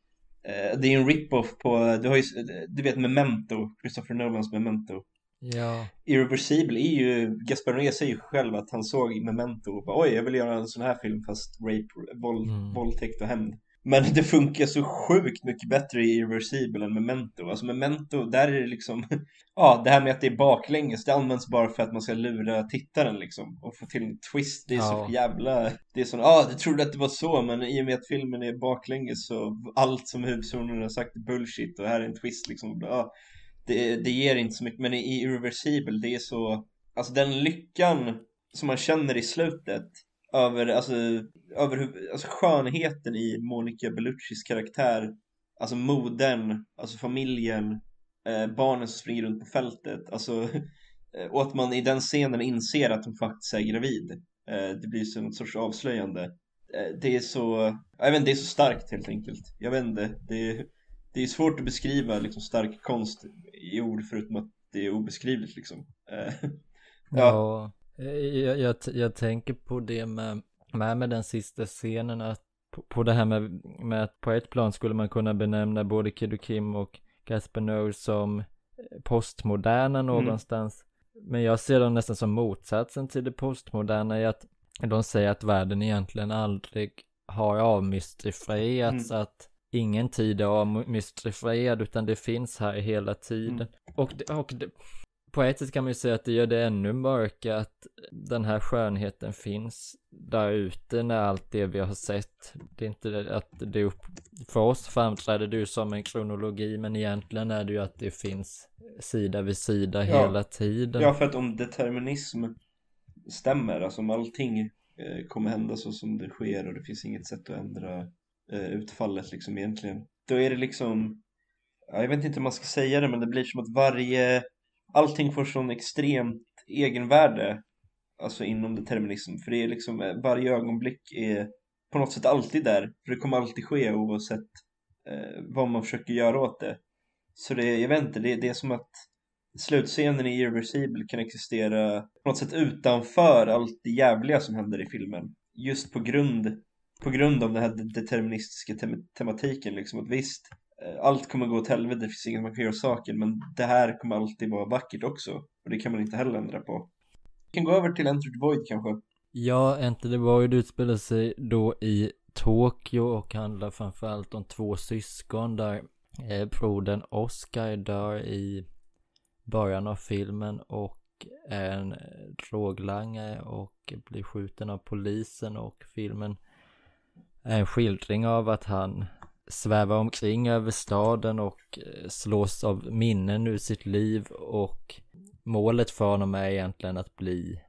eh, det är en rip-off på, du har ju, du vet Memento, Christopher Nolans Memento. Ja. Irreversible är ju, Gaspar Noé säger ju själv att han såg Memento och bara, oj, jag vill göra en sån här film fast rape, våld, Mm. våldtäkt och hämnd. Men det funkar så sjukt mycket bättre i Irreversible än Memento. Alltså Memento, där är det liksom ja, det här med att det är baklänges, det används bara för att man ska lura tittaren liksom och få till en twist. Det är Ja. så jävla, det är så, ja, ah, du trodde att det var så, men i och med att filmen är baklänges så allt som huvudpersonen har sagt är bullshit och här är en twist liksom. Ja, det, det ger inte så mycket, men i Irreversible det är så, alltså den lyckan som man känner i slutet över, alltså, över hur, alltså skönheten i Monica Belluccis karaktär, alltså modern, alltså familjen, eh, barnen som springer runt på fältet, alltså eh, och att man i den scenen inser att hon faktiskt är gravid, eh, det blir så något sorts avslöjande, eh, det är så, jag vet inte, det är så starkt helt enkelt, jag vet inte, det är, det är svårt att beskriva liksom stark konst i ord förutom att det är obeskrivligt liksom. eh, Ja, ja jag, jag, jag tänker på det med, med, med den sista scenen, att på, på det här med, med att på ett plan skulle man kunna benämna både Kid och Kim och Gaspar Noé som postmoderna någonstans. Mm. Men jag ser dem nästan som motsatsen till det postmoderna i att de säger att världen egentligen aldrig har avmystifierats, mm. att ingen tid är avmystifierad utan det finns här hela tiden. Mm. Och, det, och det, på ett sätt kan man ju säga att det gör det ännu mörkare att den här skönheten finns där ute när allt det vi har sett. Det är inte att det upp, för oss framträder det ju som en kronologi, men egentligen är det ju att det finns sida vid sida ja. hela tiden. Ja, för att om determinism stämmer, alltså om allting eh, kommer hända så som det sker och det finns inget sätt att ändra eh, utfallet liksom egentligen. Då är det liksom, ja, jag vet inte hur man ska säga det, men det blir som att varje allting får sån extremt egenvärde, alltså inom determinism, för det är liksom varje ögonblick är på något sätt alltid där, för det kommer alltid ske oavsett eh, vad man försöker göra åt det. Så det, jag vet inte, det, det är som att slutscenen i Irreversible kan existera på något sätt utanför allt det jävliga som händer i filmen, just på grund på grund av den här deterministiska tem- tematiken liksom, att visst, allt kommer gå åt helvete, det finns inget man kan göra saken, men det här kommer alltid vara vackert också, och det kan man inte heller ändra på. Vi kan gå över till Enter the Void kanske. Ja, Enter the Void utspelar sig då i Tokyo och handlar framförallt om två syskon där eh, brodern Oscar dör i början av filmen och är en droglangare och blir skjuten av polisen, och filmen är en skildring av att han svävar omkring över staden och slås av minnen ur sitt liv, och målet för honom är egentligen att bli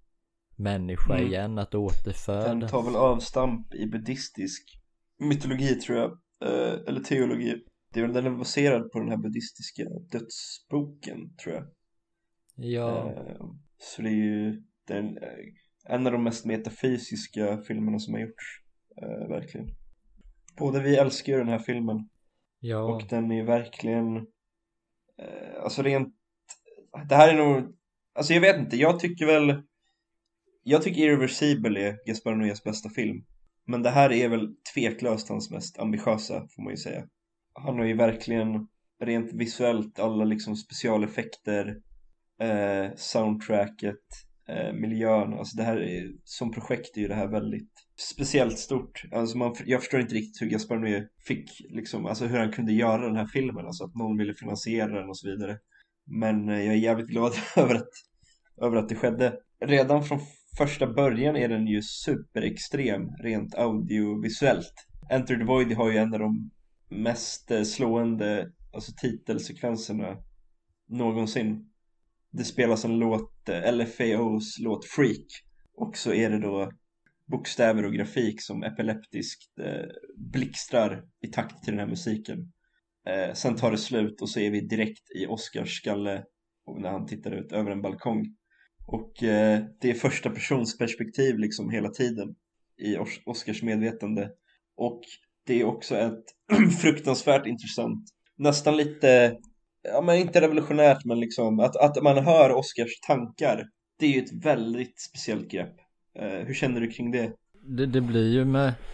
människa mm. igen, att återföda. Den tar väl avstamp i buddhistisk mytologi tror jag, eh, eller teologi. Det är väl, den är baserad på den här buddhistiska dödsboken tror jag. Ja. Eh, så det är ju den, en av de mest metafysiska filmerna som har gjorts, eh, verkligen. Både vi älskar ju den här filmen. Ja. Och den är verkligen eh, alltså rent, det här är nog, alltså jag vet inte, jag tycker väl jag tycker Irreversible är Gaspar Noés bästa film, men det här är väl tveklöst hans mest ambitiösa, får man ju säga. Han har ju verkligen rent visuellt alla liksom specialeffekter, eh, soundtracket, eh, miljön, alltså det här är, som projekt är ju det här väldigt speciellt stort. Alltså man, jag förstår inte riktigt hur Gaspar Noé fick liksom, alltså hur han kunde göra den här filmen, alltså att någon ville finansiera den och så vidare. Men eh, jag är jävligt glad över att, över att det skedde. Redan från första början är den ju superextrem rent audiovisuellt. Enter the Void har ju en av de mest slående, alltså titelsekvenserna någonsin. Det spelas en låt, L F A O's låt Freak, och så är det då bokstäver och grafik som epileptiskt eh, blixtrar i takt till den här musiken. Eh, sen tar det slut och så är vi direkt i Oscars skalle när han tittar ut över en balkong. Och eh, det är första persons perspektiv liksom hela tiden i Os- Oscars medvetande. Och det är också ett fruktansvärt intressant, nästan lite, ja men inte revolutionärt, men liksom att, att man hör Oscars tankar. Det är ju ett väldigt speciellt grepp. eh, Hur känner du kring det? Det, det blir ju med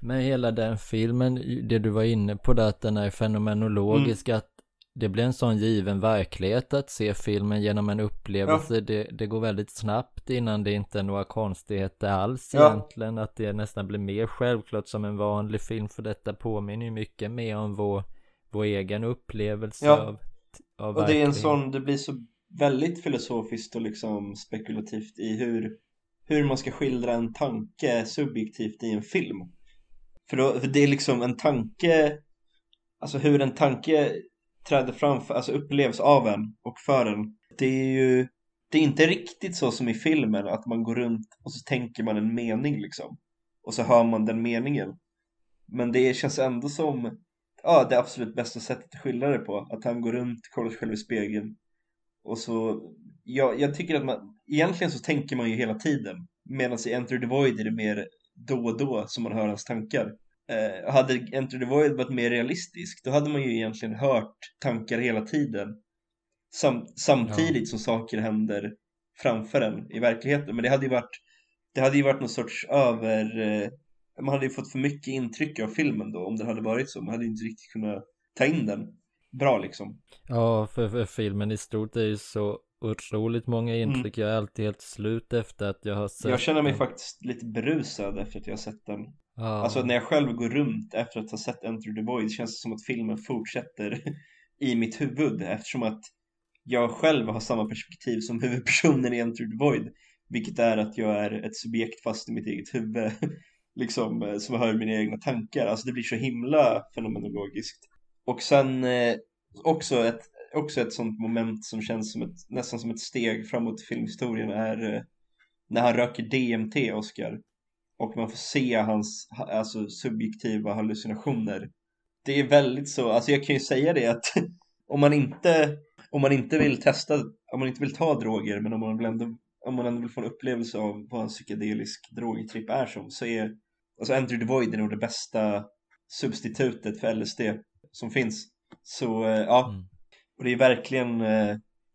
med hela den filmen, det du var inne på där, att den är fenomenologisk, mm. att det blir en sån given verklighet att se filmen genom en upplevelse. Ja. Det, det går väldigt snabbt innan det inte är några konstigheter alls ja. egentligen. Att det nästan blir mer självklart som en vanlig film, för detta påminner ju mycket mer om vår, vår egen upplevelse ja. av, av och det är en sån, det blir så väldigt filosofiskt och liksom spekulativt i hur, hur man ska skildra en tanke subjektivt i en film. För, då, för det är liksom en tanke, alltså hur en tanke träder fram, alltså upplevs av en och för en. Det är ju, det är inte riktigt så som i filmen, att man går runt och så tänker man en mening liksom. Och så hör man den meningen. Men det känns ändå som, ja, det absolut bästa sättet att skildra det på. Att han går runt, kollar sig själv i spegeln. Och så, ja, jag tycker att man, egentligen så tänker man ju hela tiden. Medan i Enter the Void är det mer då och då som man hör hans tankar. Uh, hade Enter the Void varit mer realistisk, då hade man ju egentligen hört tankar hela tiden Sam- samtidigt ja. som saker händer framför en i verkligheten. Men det hade ju varit det hade ju varit någon sorts över uh, man hade ju fått för mycket intryck av filmen då, om det hade varit så. Man hade inte riktigt kunnat ta in den bra liksom. Ja, för, för filmen i stort är ju så otroligt många intryck. Mm. Jag är alltid helt slut efter att jag har sett Jag känner mig den. faktiskt lite berusad efter att jag har sett den. Ja. Alltså när jag själv går runt efter att ha sett Enter the Void, känns det som att filmen fortsätter i mitt huvud, eftersom att jag själv har samma perspektiv som huvudpersonen i Enter the Void, vilket är att jag är ett subjekt fast i mitt eget huvud liksom, som hör mina egna tankar. Alltså det blir så himla fenomenologiskt. Och sen eh, också ett också ett sånt moment som känns som ett, nästan som ett steg framåt i filmhistorien är eh, när han röker D M T, Oscar. Och man får se hans alltså, subjektiva hallucinationer. Det är väldigt så, alltså jag kan ju säga det att om man inte om man inte vill testa, om man inte vill ta droger, men om man vill ändå, om man ändå vill få en upplevelse av vad en psykedelisk drogtripp är som, så är alltså Enter the Void är nog det bästa substitutet för L S D som finns. Så ja, mm. och det är verkligen eh,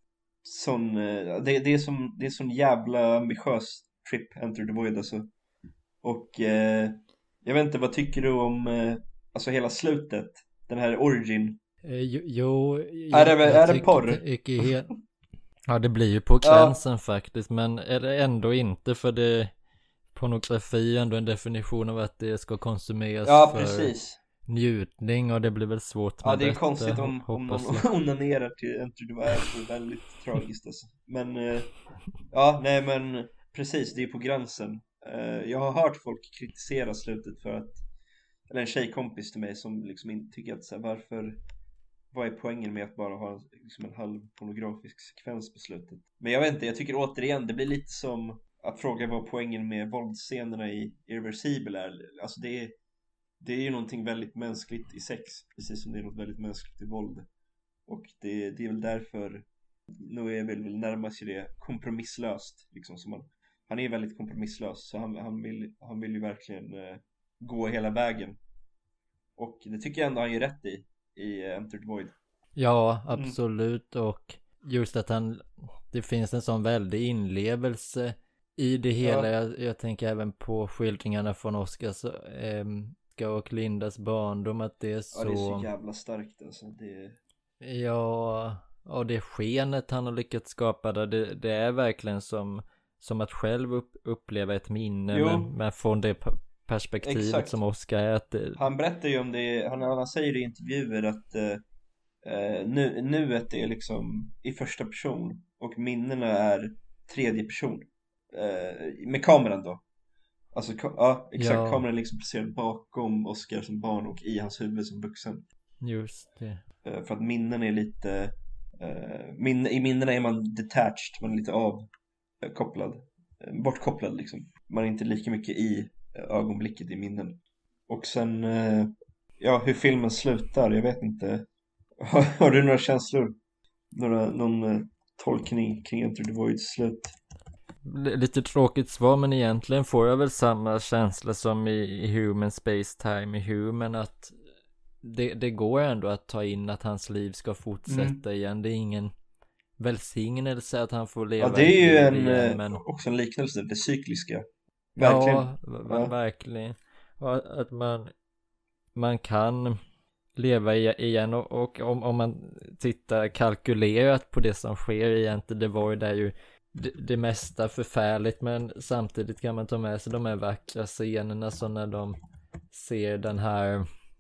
sån, eh, det, det är som det är sån jävla ambitiös trip, Enter the Void alltså. Och eh, jag vet inte, vad tycker du om eh, alltså hela slutet, den här origin? Eh, jo, jo är det, jag är det porr? Det helt... Ja, det blir ju på gränsen ja. faktiskt, men är det ändå inte, för det pornografi är ändå en definition av att det ska konsumeras ja, för precis. njutning, och det blir väl svårt med ja, det är detta, konstigt om, om någon onanerar till Enter the Void, är väldigt tragiskt alltså. Men eh, ja, nej men precis, det är på gränsen. Jag har hört folk kritisera slutet för att, eller en tjejkompis till mig som liksom inte tycker att så här, varför, vad är poängen med att bara ha liksom en halv pornografisk sekvens på slutet. Men jag vet inte, jag tycker återigen det blir lite som att fråga vad poängen med våldsscenerna i Irreversible är. Alltså det är, det är ju någonting väldigt mänskligt i sex, precis som det är något väldigt mänskligt i våld. Och det, det är väl därför nu är väl, väl närmast ju det kompromisslöst liksom, som man. Han är väldigt kompromisslös, så han, han, vill, han vill ju verkligen eh, gå hela vägen. Och det tycker jag ändå han gör rätt i, i uh, Enter the Void. Ja, absolut. Mm. Och just att han, det finns en sån väldig inlevelse i det hela. Ja. Jag, jag tänker även på skildringarna från Oscars eh, och Lindas barndom, att det är så... Ja, det är så jävla starkt alltså. Det... Ja, och det skenet han har lyckats skapa där, det, det är verkligen som... som att själv upp, uppleva ett minne, men, men från det perspektivet Exakt. Som Oscar är att det... Han berättar ju om det, han, han säger i intervjuer att eh, nu, nuet är liksom i första person och minnena är tredje person eh, med kameran då. Alltså ja, exakt, ja. Kameran är liksom placerad bakom Oscar som barn och i hans huvud som vuxen. Just det. Eh, för att minnen är lite eh, min, i minnena är man detached, man är lite av kopplad, bortkopplad liksom. Man är inte lika mycket i ögonblicket i minnen. Och sen ja, hur filmen slutar, jag vet inte. Har, har du några känslor? Några, någon tolkning kring Enter the Voids slut? Lite tråkigt svar, men egentligen får jag väl samma känsla som i, i Human Space Time i Human, att det, det går ändå att ta in att hans liv ska fortsätta mm. igen. Det är ingen välsignelse att han får leva. Ja, det är ju en, igen, men... också en liknelse, det cykliska. Verkligen. Ja, v- ja. verkligen. Och att man, man kan leva igen och, och om, om man tittar kalkylerat på det som sker i Enter the Void är ju det, det mesta förfärligt, men samtidigt kan man ta med sig de här vackra scenerna, så när de ser den här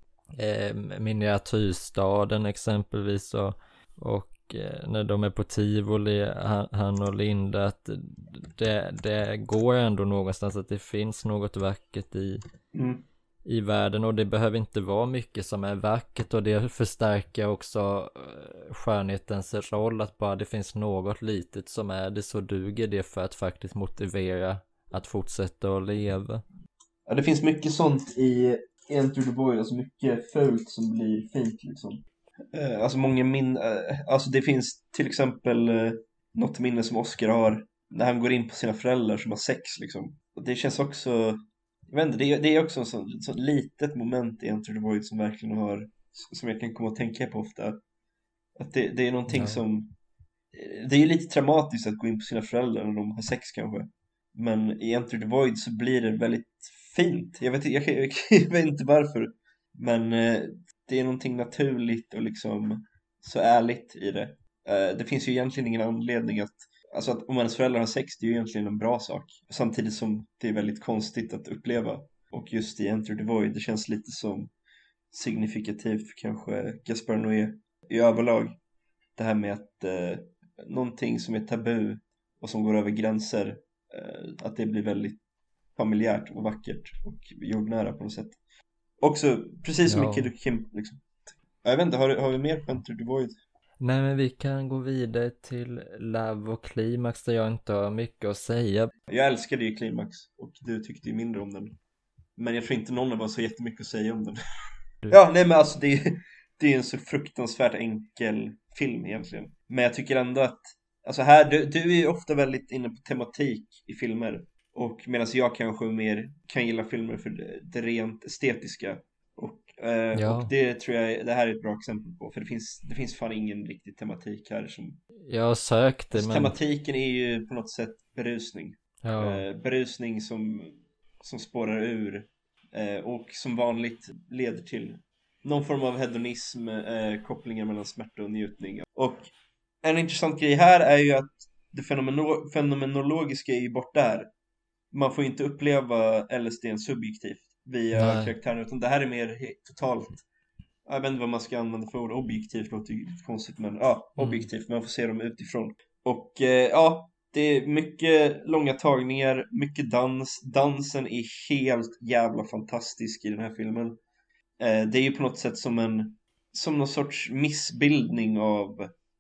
eh, miniatyrstaden exempelvis och, och eh, när de är på Tivoli, han, han och Linda, att det, det går ändå någonstans, att det finns något vackert i Mm. i världen, och det behöver inte vara mycket som är vackert, och det förstärker också skönhetens roll, att bara det finns något litet som är det, så duger det för att faktiskt motivera att fortsätta att leva. Ja, det finns mycket sånt i Enter the Void, alltså mycket fult som blir fint liksom. Eh, alltså många min eh, alltså det finns till exempel eh, något minne som Oscar har när han går in på sina föräldrar som har sex liksom. Och det känns också, jag vet inte, det är, det är också en sån, sån litet moment i Enter the Void som verkligen har, som jag kan komma att tänka på ofta. Att det, det är någonting Ja. som, det är ju lite traumatiskt att gå in på sina föräldrar när de har sex kanske. Men i Enter the Void så blir det väldigt fint. Jag vet, jag, jag, jag vet inte varför. Men eh, det är någonting naturligt och liksom så ärligt i det. Eh, det finns ju egentligen ingen anledning att, alltså att om ens föräldrar har sex, det är ju egentligen en bra sak. Samtidigt som det är väldigt konstigt att uppleva. Och just i Enter the Void, det känns lite som signifikativt för kanske Gaspar Noé i överlag. Det här med att eh, någonting som är tabu och som går över gränser, eh, att det blir väldigt familjärt och vackert och jordnära på något sätt. Också precis som Ja. i Kid och Kim liksom. Jag vet inte, har, har vi mer på Enter the Void? Nej, men vi kan gå vidare till Love och Klimax, där jag inte har mycket att säga. Jag älskade ju Klimax och du tyckte ju mindre om den. Men jag tror inte någon av oss har jättemycket att säga om den. Du. Ja, nej men alltså det är, det är en så fruktansvärt enkel film egentligen. Men jag tycker ändå att, alltså här, du, du är ju ofta väldigt inne på tematik i filmer. Och medan jag kanske mer kan gilla filmer för det, det rent estetiska. Och, eh, Ja. och det tror jag, det här är ett bra exempel på. För det finns, det finns fan ingen riktig tematik här som... Jag sökte, Alltså, men... tematiken är ju på något sätt berusning. Ja. Eh, berusning som, som spårar ur. Eh, och som vanligt leder till någon form av hedonism, eh, kopplingar mellan smärta och njutning. Och en intressant grej här är ju att det fenomeno- fenomenologiska är ju borta här. Man får inte uppleva L S D subjektivt via Nej. karaktären, utan det här är mer he- totalt, jag vet inte vad man ska använda för ord, objektivt låter ju lite konstigt, men ja, Mm. objektivt, man får se dem utifrån. Och eh, ja, det är mycket långa tagningar, mycket dans. Dansen är helt jävla fantastisk i den här filmen. Eh, det är ju på något sätt som en, som någon sorts missbildning av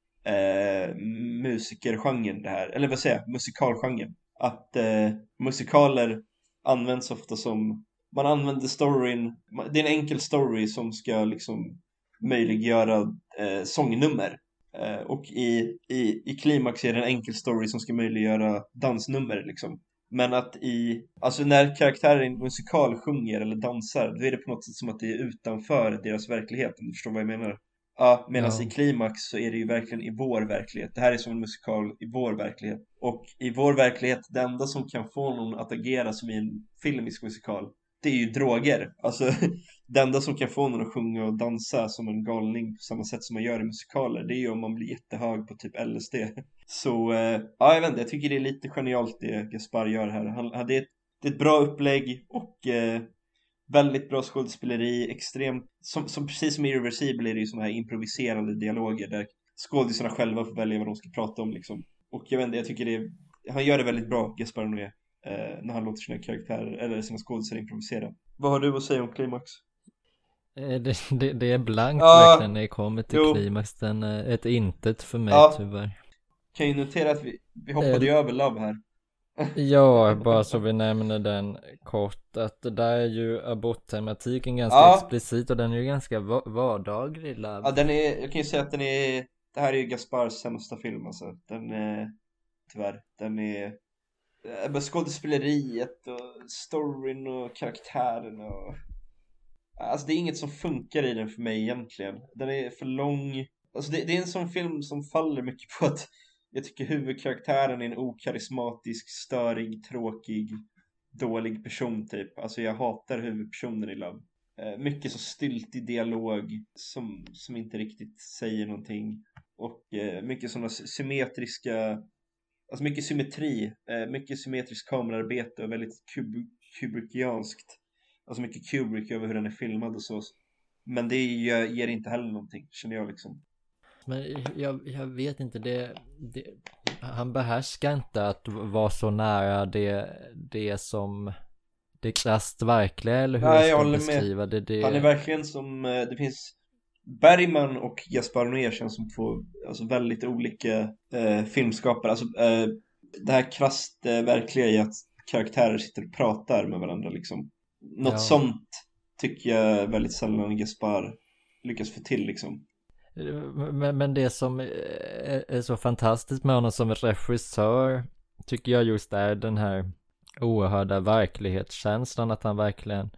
eh, musikergenren det här, eller vad säger jag, musikalgenren. Att eh, musikaler används ofta som, man använder storyn, det är en enkel story som ska liksom möjliggöra eh, sångnummer. Eh, och i, i, i Klimax är det en enkel story som ska möjliggöra dansnummer liksom. Men att i, alltså när karaktärer i en musikal sjunger eller dansar, då är det på något sätt som att det är utanför deras verklighet, om du förstår vad jag menar. Ja, medan Ja. i Klimax så är det ju verkligen i vår verklighet. Det här är som en musikal i vår verklighet. Och i vår verklighet, det enda som kan få någon att agera som i en filmisk musikal, det är ju droger. Alltså, det enda som kan få någon att sjunga och dansa som en galning på samma sätt som man gör i musikaler, det är ju om man blir jättehög på typ L S D. Så, eh, ja jag vet inte, jag tycker det är lite genialt det Gaspar gör här. Han, han, det, är ett, det är ett bra upplägg och eh, väldigt bra skådespeleri, extremt, som, som precis som i Irreversible är det ju såna här improviserande dialoger där skådisarna själva får välja vad de ska prata om liksom. Och jag vet inte, jag tycker det är, han gör det väldigt bra, Gaspar Noé, eh, när han låter sina karaktärer eller sina skådespelare improvisera. Vad har du att säga om Klimax? Eh, Det, det, det är blankt Ja, verkligen när det kommer till jo. Klimax. Den är ett intet för mig Ja. tyvärr. Kan ju notera att vi, vi hoppade ju över Love här. Ja, bara så vi nämner den kort, att det där är ju aborttematiken ganska Ja. explicit, och den är ju ganska va- vardaglig. Love. Ja, den är, jag kan ju säga att den är, det här är ju Gaspars sämsta film alltså. Den är, tyvärr, den är, äh, skådespeleriet och storyn och karaktären och, alltså det är inget som funkar i den för mig egentligen. Den är för lång. Alltså det, det är en sån film som faller mycket på att jag tycker huvudkaraktären är en okarismatisk, störig, tråkig dålig person typ. Alltså jag hatar huvudpersonen i Love. Eh, mycket så styltig dialog som, som inte riktigt säger någonting. Och eh, mycket sådana symmetriska, alltså mycket symmetri, eh, mycket symmetriskt kamerarbete och väldigt kub- kubrickianskt. Alltså mycket Kubrick över hur den är filmad och så. Men det ger, ger inte heller någonting, känner jag liksom. Men jag, jag vet inte, det, det, han behärskar inte att vara så nära det, det som det krasst verkliga, eller hur Nej, jag jag ska håller beskriva med. det, det. Han är verkligen som, eh, det finns Bergman och Gaspar Noé känns som två alltså väldigt olika eh, filmskapare. Alltså eh, det här krasst eh, verkliga i att karaktärer sitter och pratar med varandra liksom. Något Ja. sånt tycker jag väldigt sällan Gaspar lyckas få till liksom. Men, men det som är, är så fantastiskt med honom som regissör tycker jag just är den här oerhörda verklighetskänslan, att han verkligen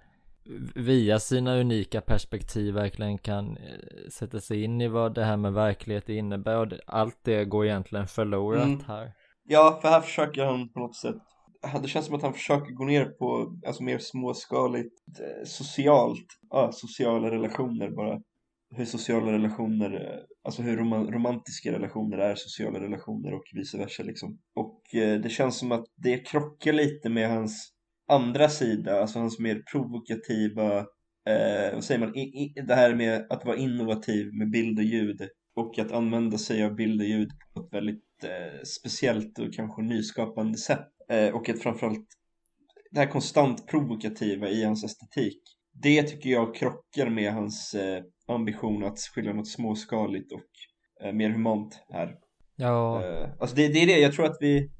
via sina unika perspektiv verkligen kan sätta sig in i vad det här med verklighet innebär, och det, allt det går egentligen förlorat mm. här. Ja, för här försöker han på något sätt, det känns som att han försöker gå ner på alltså mer småskaligt socialt, ja, sociala relationer bara. Hur sociala relationer, alltså hur rom- romantiska relationer är sociala relationer och vice versa liksom. Och eh, det känns som att det krockar lite med hans andra sida, alltså hans mer provokativa, eh, vad säger man, I, I, det här med att vara innovativ med bild och ljud och att använda sig av bild och ljud på ett väldigt eh, speciellt och kanske nyskapande sätt. Eh, och att framförallt det här konstant provokativa i hans estetik, det tycker jag krockar med hans eh, ambition att skilja något småskaligt och eh, mer humant här. Ja. Eh, alltså det, det är det, jag tror att vi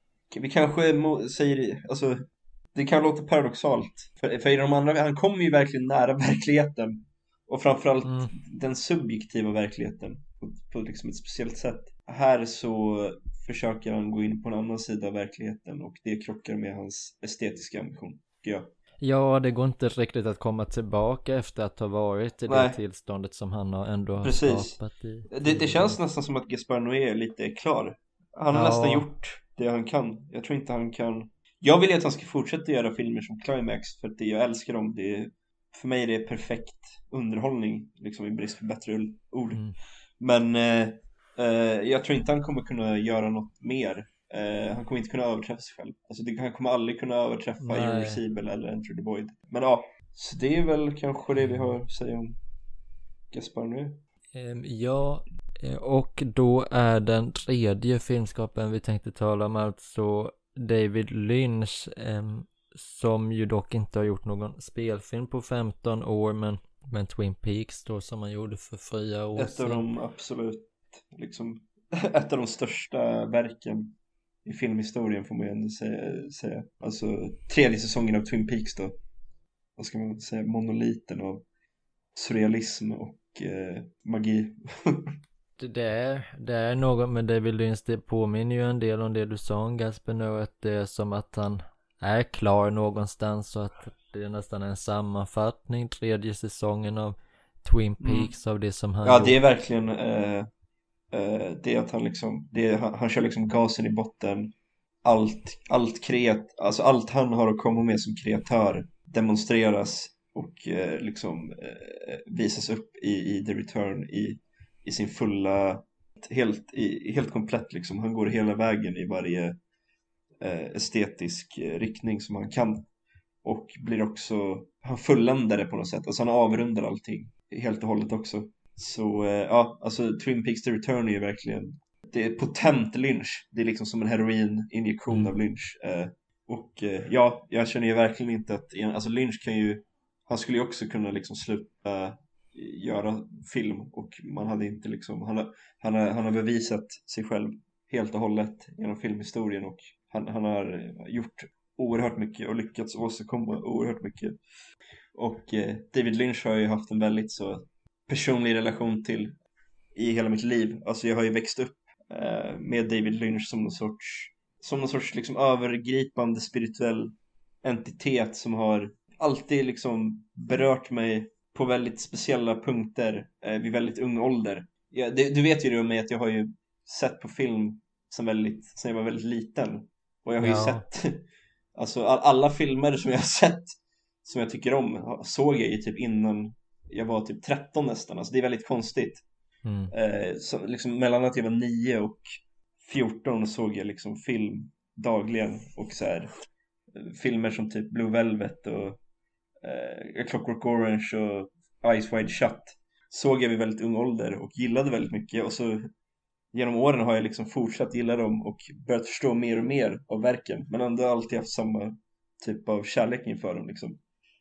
vi kanske må, säger, alltså det kan låta paradoxalt. För, för i de andra, han kommer ju verkligen nära verkligheten. Och framförallt mm. den subjektiva verkligheten på, på liksom ett speciellt sätt. Här så försöker han gå in på en annan sida av verkligheten, och det krockar med hans estetiska ambition, tycker jag. Ja, det går inte riktigt att komma tillbaka efter att ha varit i Nej. det tillståndet som han har ändå har Precis. skapat i. Det, det känns nästan som att Gaspar Noé är lite klar. Han har ja. nästan gjort det han kan. Jag tror inte han kan. Jag vill att han ska fortsätta göra filmer som Climax, för att det, jag älskar dem. Det är, för mig är det perfekt underhållning, liksom i brist på bättre ord. Mm. Men eh, eh, jag tror inte han kommer kunna göra något mer. Uh, han kommer inte kunna överträffa sig själv. Alltså det, han kommer aldrig kunna överträffa Irreversible eller Enter the Void. Men ja, så det är väl kanske det vi har att säga om Gaspar nu. um, Ja, och då är den tredje filmskapen vi tänkte tala om alltså David Lynch, um, som ju dock inte har gjort någon spelfilm på femton år, men, men Twin Peaks då, som han gjorde för fyra år ett sedan. Ett av de absolut liksom ett av de största verken i filmhistorien, får man ju ändå säga, säga. Alltså tredje säsongen av Twin Peaks då. Vad ska man säga? Monoliten av surrealism och eh, magi. det, det, är, det är något med David Lynch, det påminner ju en del om det du sa om Gaspar Noé, att det är som att han är klar någonstans, så att det är nästan en sammanfattning, tredje säsongen av Twin Peaks mm. av det som han Ja, gjort. det är verkligen eh, eh, det att han liksom det är, han, han kör liksom gasen i botten. Allt, allt kreat, alltså allt han har att komma med som kreatör demonstreras och eh, liksom eh, visas upp i, i The Return i, i sin fulla, helt, i, helt komplett liksom. Han går hela vägen i varje eh, estetisk eh, riktning som han kan, och blir också, han fulländar det på något sätt, alltså han avrundar allting helt och hållet också. Så eh, ja, alltså Twin Peaks The Return är ju verkligen, det är potent Lynch. Det är liksom som en heroininjektion mm. av Lynch. Eh, och eh, ja, jag känner ju verkligen inte att, alltså Lynch kan ju, han skulle ju också kunna liksom sluta göra film, och man hade inte liksom, han har, han har, han har bevisat sig själv helt och hållet genom filmhistorien, och han, han har gjort oerhört mycket och lyckats åstadkomma oerhört mycket. Och eh, David Lynch har ju haft en väldigt så personlig relation till i hela mitt liv. Alltså jag har ju växt upp eh, med David Lynch som någon sorts som någon sorts liksom övergripande spirituell entitet som har alltid liksom berört mig på väldigt speciella punkter eh, vid väldigt ung ålder. Ja, det, du vet ju det om mig att jag har ju sett på film som väldigt, sen jag var väldigt liten, och jag har ja. ju sett Alltså all, alla filmer som jag har sett som jag tycker om såg jag ju typ innan jag var typ tretton nästan. Alltså det är väldigt konstigt. Mm. Eh, så liksom mellan att jag var nio och fjorton såg jag liksom film dagligen. Och så här, filmer som typ Blue Velvet och eh, Clockwork Orange och Eyes Wide Shut såg jag vid väldigt ung ålder och gillade väldigt mycket. Och så genom åren har jag liksom fortsatt gilla dem och börjat förstå mer och mer av verken. Men ändå alltid haft samma typ av kärlek inför dem liksom.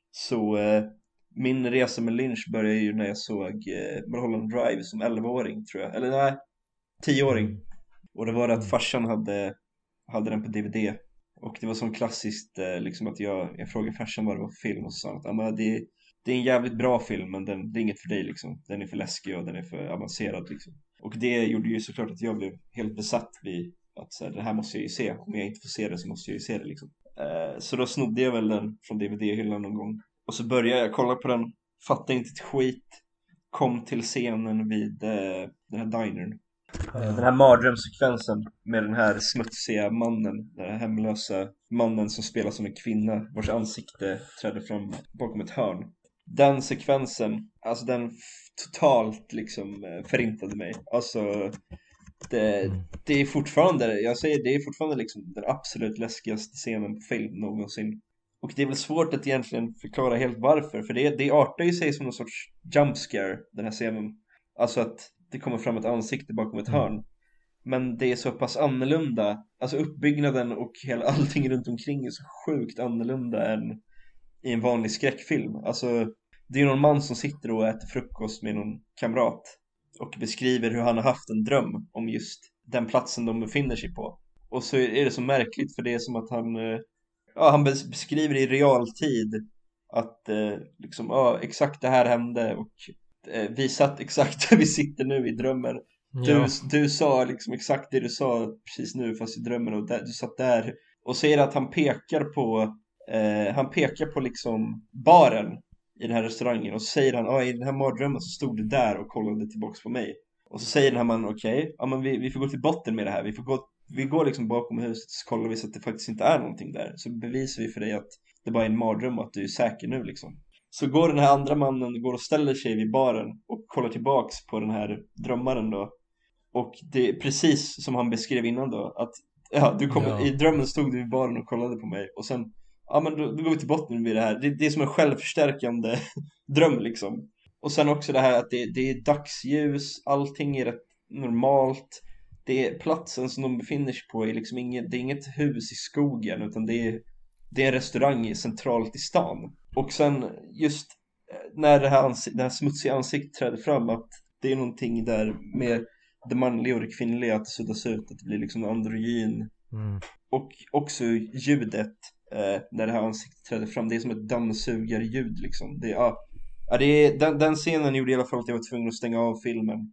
Så eh, min resa med Lynch började ju när jag såg eh, Mulholland Drive som elva-åring tror jag. Eller nej, tio-åring. Och det var det att farsan hade, hade den på D V D. Och det var som klassiskt eh, liksom att jag, jag frågade farsan vad det var för film. Och så sa han att ah, men det, det är en jävligt bra film, men den, det är inget för dig liksom. Den är för läskig och den är för avancerad liksom. Och det gjorde ju såklart att jag blev helt besatt vid att så här, det här måste jag ju se. Om jag inte får se det så måste jag ju se det liksom. eh, Så då snodde jag väl den från D V D-hyllan någon gång. Och så började jag kolla på den, fattade inte ett skit. Kom till scenen vid eh, den här dinern. Ja. Den här mardrömssekvensen med den här smutsiga mannen, den här hemlösa mannen som spelar som en kvinna vars ansikte trädde fram bakom ett hörn. Den sekvensen, alltså den totalt liksom förintade mig. Alltså det, Mm. det är fortfarande, jag säger det är fortfarande liksom den absolut läskigaste scenen på film någonsin. Och det är väl svårt att egentligen förklara helt varför, för det, det artar ju sig som någon sorts jump scare, den här scenen. Alltså att det kommer fram ett ansikte bakom ett Mm. hörn. Men det är så pass annorlunda. Alltså uppbyggnaden och hela allting runt omkring är så sjukt annorlunda än i en vanlig skräckfilm. Alltså det är någon man som sitter och äter frukost med någon kamrat och beskriver hur han har haft en dröm om just den platsen de befinner sig på. Och så är det så märkligt, för det är som att han ja, han beskriver i realtid att eh, liksom, ja, exakt det här hände och eh, vi satt exakt där vi sitter nu i drömmen. Du, Ja. du sa liksom exakt det du sa precis nu fast i drömmen, och där, du satt där. Och så är det att han pekar på eh, han pekar på liksom baren i den här restaurangen, och så säger han, ja, i den här mardrömmen så stod du där och kollade tillbaks på mig. Och så säger den här mannen, okej, okay, ja, men vi, vi får gå till botten med det här. Vi får gå, vi går liksom bakom huset, så kollar vi så att det faktiskt inte är någonting där. Så bevisar vi för dig att det bara är en mardröm och att du är säker nu liksom. Så går den här andra mannen, går och ställer sig vid baren och kollar tillbaks på den här drömmaren då. Och det är precis som han beskrev innan då, att ja, du kom, Ja. i drömmen stod du vid baren och kollade på mig. Och sen, ja men då, då går vi till botten med det här. Det, det är som en självförstärkande dröm liksom. Och sen också det här att det, det är dagsljus, allting är rätt normalt. Det är platsen som de befinner sig på är liksom inget, det är inget hus i skogen, utan det är, det är en restaurang centralt i stan. Och sen just när det här, ansik- det här smutsiga ansiktet träder fram, att det är någonting där med det manliga och det kvinnliga, att det suddas ut, att det blir liksom androgyn. Mm. Och också ljudet eh, när det här ansiktet träder fram, det är som ett dammsugarljud liksom. Det, ja, ja, det är, den, den scenen gjorde i alla fall att jag var tvungen att stänga av filmen.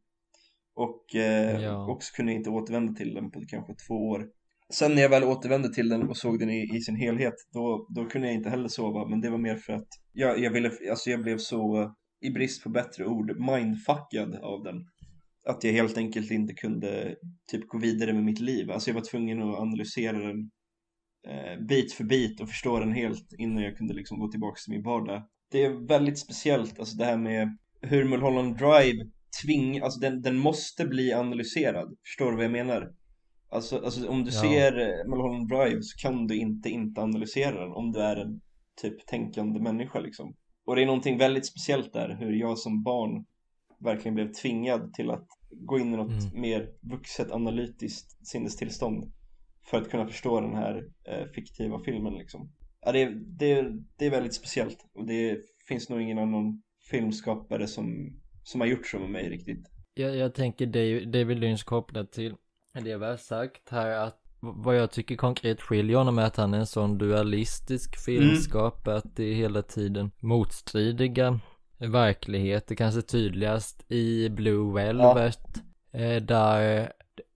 Och eh, Ja. också kunde jag inte återvända till den på kanske två år. Sen när jag väl återvände till den och såg den i, i sin helhet, då, då kunde jag inte heller sova. Men det var mer för att jag, jag, ville, alltså jag blev så, i brist på bättre ord, mindfuckad av den. Att jag helt enkelt inte kunde typ gå vidare med mitt liv. Alltså jag var tvungen att analysera den eh, bit för bit och förstå den helt innan jag kunde liksom gå tillbaka till min vardag. Det är väldigt speciellt, alltså det här med hur Mulholland Drive tving, alltså den, den måste bli analyserad. Förstår du vad jag menar? Alltså, alltså om du Ja. ser Mulholland Drive så kan du inte inte analysera den om du är en typ tänkande människa liksom. Och det är någonting väldigt speciellt där, hur jag som barn verkligen blev tvingad till att gå in i något Mm. mer vuxet analytiskt sinnestillstånd för att kunna förstå den här eh, fiktiva filmen liksom. Ja, det, det, det är väldigt speciellt, och det finns nog ingen annan filmskapare som, som har gjort så med mig riktigt. Jag, jag tänker David, David Lynch kopplat till det vi har sagt här, att vad jag tycker konkret skiljer honom är att han är en sån dualistisk filmskapare, mm. att det är hela tiden motstridiga verkligheter, kanske tydligast i Blue Velvet, ja. eh, där,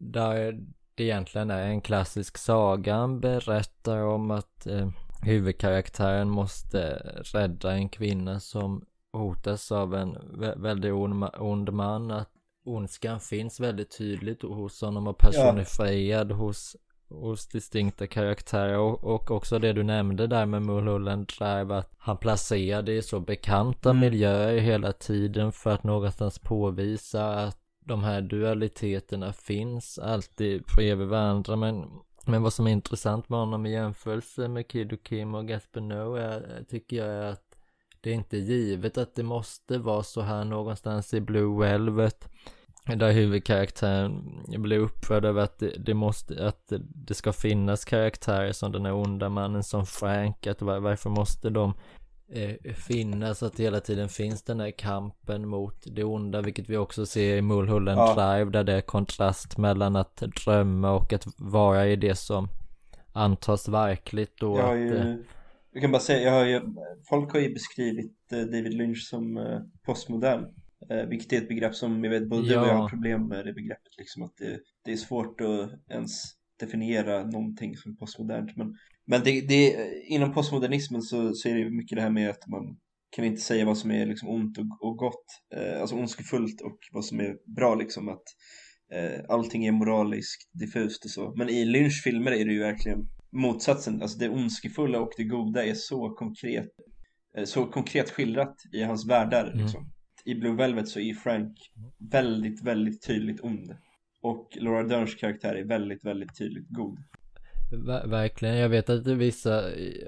där det egentligen är en klassisk saga. Han berättar om att eh, huvudkaraktären måste rädda en kvinna som hotas av en vä- väldigt ond, ond man, att ondskan finns väldigt tydligt hos honom och personifierad ja. hos hos distinkta karaktärer och, och också det du nämnde där med Mulholland Drive, att han placerade i så bekanta mm. miljöer hela tiden för att någonstans påvisa att de här dualiteterna finns alltid bredvid varandra. Men, men vad som är intressant med honom i jämförelse med Kid och Kim och Gaspar Noé är, tycker jag, är att det är inte givet att det måste vara så här någonstans i Blue Velvet, där huvudkaraktären blir upprörd över att det, det måste, att det ska finnas karaktärer som den här onda mannen som Frank, att var, varför måste de eh, finnas, att hela tiden finns den här kampen mot det onda, vilket vi också ser i Mulholland ja. Drive, där det är kontrast mellan att drömma och att vara i det som antas verkligt. Och jag har att, ju, eh, jag kan bara säga, jag har ju, folk har ju beskrivit eh, David Lynch som eh, postmodern. Eh, vilket är ett begrepp som jag vet både ja. du och jag har problem med det begreppet liksom, att det, det är svårt att ens definiera någonting som postmodernt, men, men det, det, inom postmodernismen så, så är det mycket det här med att man kan inte säga vad som är liksom ont och, och gott, eh, alltså ondskefullt och vad som är bra liksom, att eh, allting är moraliskt diffust och så, men i Lynch filmer är det ju verkligen motsatsen, alltså det ondskefulla och det goda är så konkret eh, så konkret skildrat i hans världar mm. liksom. I Blue Velvet så är Frank väldigt, väldigt tydligt ond. Och Laura Derns karaktär är väldigt, väldigt tydligt god. Ver- verkligen, jag vet att vissa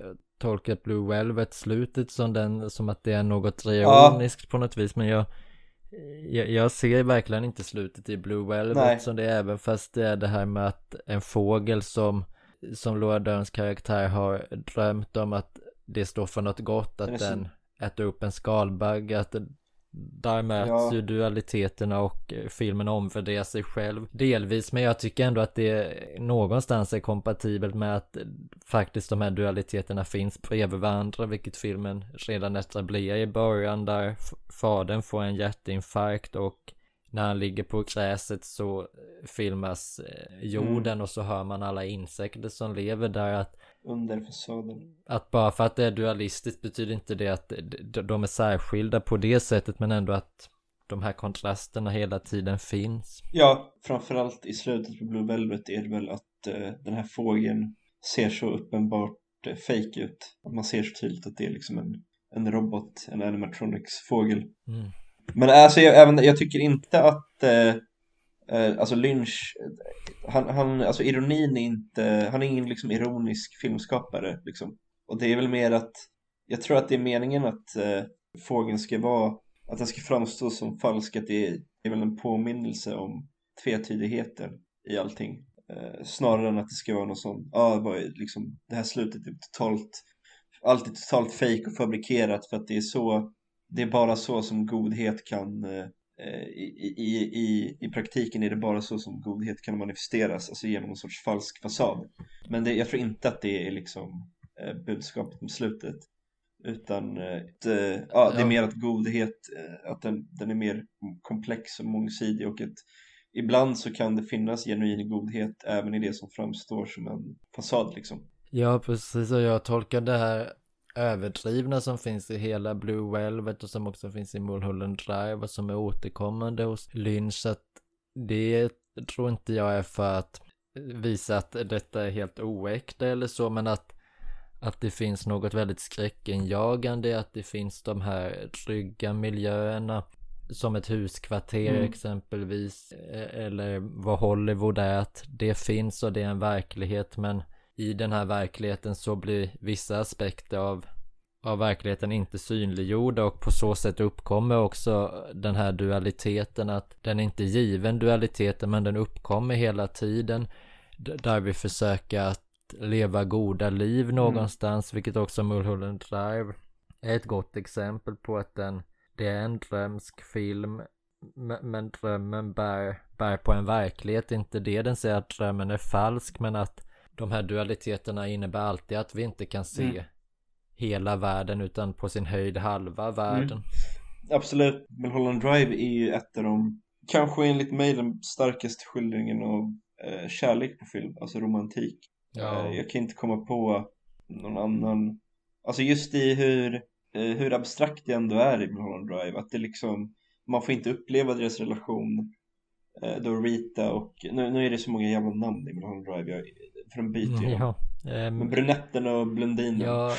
tolkat Blue Velvet slutet som, den, som att det är något ironiskt ja. på något vis. Men jag, jag, jag ser verkligen inte slutet i Blue Velvet Nej. som det är, även fast det är det här med att en fågel som, som Laura Derns karaktär har drömt om att det står för något gott, att den så... äter upp en skalbagge, att det, där möts ja. ju dualiteterna och filmen omvärderar sig själv delvis, men jag tycker ändå att det någonstans är kompatibelt med att faktiskt de här dualiteterna finns bredvid varandra, vilket filmen redan etablerar i början, där fadern får en hjärtinfarkt och när han ligger på gräset så filmas jorden mm. och så hör man alla insekter som lever där, att under fasaden. Att bara för att det är dualistiskt betyder inte det att de är särskilda på det sättet, men ändå att de här kontrasterna hela tiden finns. Ja, framförallt i slutet på Blue Velvet är det väl att uh, den här fågeln ser så uppenbart uh, fake ut. Att man ser så tydligt att det är liksom en, en robot, en animatronics fågel. Mm. Men alltså jag, även, jag tycker inte att uh, uh, alltså Lynch han, han, alltså ironin är inte, han är ingen liksom ironisk filmskapare liksom. Och det är väl mer att jag tror att det är meningen att uh, fågeln ska vara, att den ska framstå som falsk, att det är, det är väl en påminnelse om tvetydigheten i allting, uh, snarare än att det ska vara något sånt, ja ah, liksom det här slutet är totalt, allt är totalt fake och fabrikerat, för att det är så, det är bara så som godhet kan uh, I, i, i, i praktiken är det bara så som godhet kan manifesteras, alltså genom en sorts falsk fasad. Men det, jag tror inte att det är liksom eh, budskapet med slutet, utan eh, ja, det är mer att godhet, eh, att den, den är mer komplex och mångsidig, och att ibland så kan det finnas genuin godhet även i det som framstår som en fasad liksom. Ja, precis, och jag tolkar det här överdrivna som finns i hela Blue Velvet och som också finns i Mulholland Drive och som är återkommande hos Lynch, att det tror inte jag är för att visa att detta är helt oäkta eller så, men att, att det finns något väldigt skräckenjagande, att det finns de här trygga miljöerna som ett huskvarter mm. exempelvis, eller vad Hollywood är, att det finns och det är en verklighet, men i den här verkligheten så blir vissa aspekter av, av verkligheten inte synliggjorda, och på så sätt uppkommer också den här dualiteten, att den är inte given dualiteten, men den uppkommer hela tiden, d- där vi försöker att leva goda liv någonstans, mm. vilket också Mulholland Drive är ett gott exempel på, att den, det är en drömsk film, men, men drömmen bär, bär på en verklighet, inte det den säger att drömmen är falsk, men att de här dualiteterna innebär alltid att vi inte kan se mm. hela världen, utan på sin höjd halva världen. Mm. Absolut. Mulholland Drive är ju ett av de, kanske enligt mig, den starkaste skildringen av eh, kärlek på film, alltså romantik. Ja. Eh, jag kan inte komma på någon annan. Alltså just i hur, eh, hur abstrakt det ändå är i Mulholland Drive, att det liksom, man får inte uppleva deras relation. Eh, då Rita och, nu, nu är det så många jävla namn i Mulholland Drive, jag för de byter ju. Ja, um, Men brunetten och blondinen. Ja,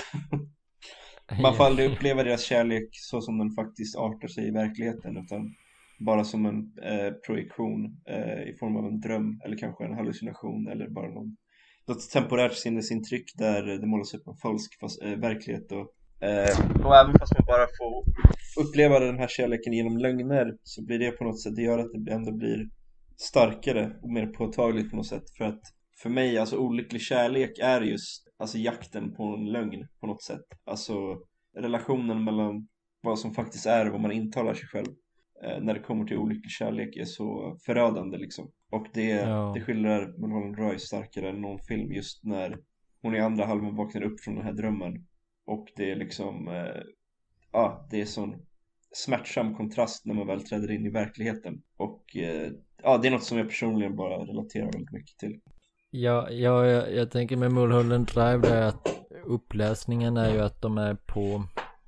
Man får aldrig uppleva deras kärlek så som den faktiskt artar sig i verkligheten, utan bara som en eh, projektion eh, i form av en dröm eller kanske en hallucination eller bara någon, något temporärt sinnesintryck där det målas upp en falsk fast, eh, verklighet och, eh, och även fast man bara får uppleva den här kärleken genom lögner så blir det på något sätt, det gör att det ändå blir starkare och mer påtagligt på något sätt. För att för mig, alltså olycklig kärlek är just alltså jakten på en lögn på något sätt. Alltså relationen mellan vad som faktiskt är och vad man intalar sig själv eh, när det kommer till olycklig kärlek är så förödande liksom. Och det, ja. det skildrar Mulholland Drive starkare än någon film, just när hon i andra halvan vaknar upp från den här drömmen. Och det är liksom eh, ja, det är sån smärtsam kontrast när man väl träder in i verkligheten. Och eh, ja, det är något som jag personligen bara relaterar väldigt mycket till. Ja, ja jag, jag tänker med Mulholland Drive där att uppläsningen är ju att de är på,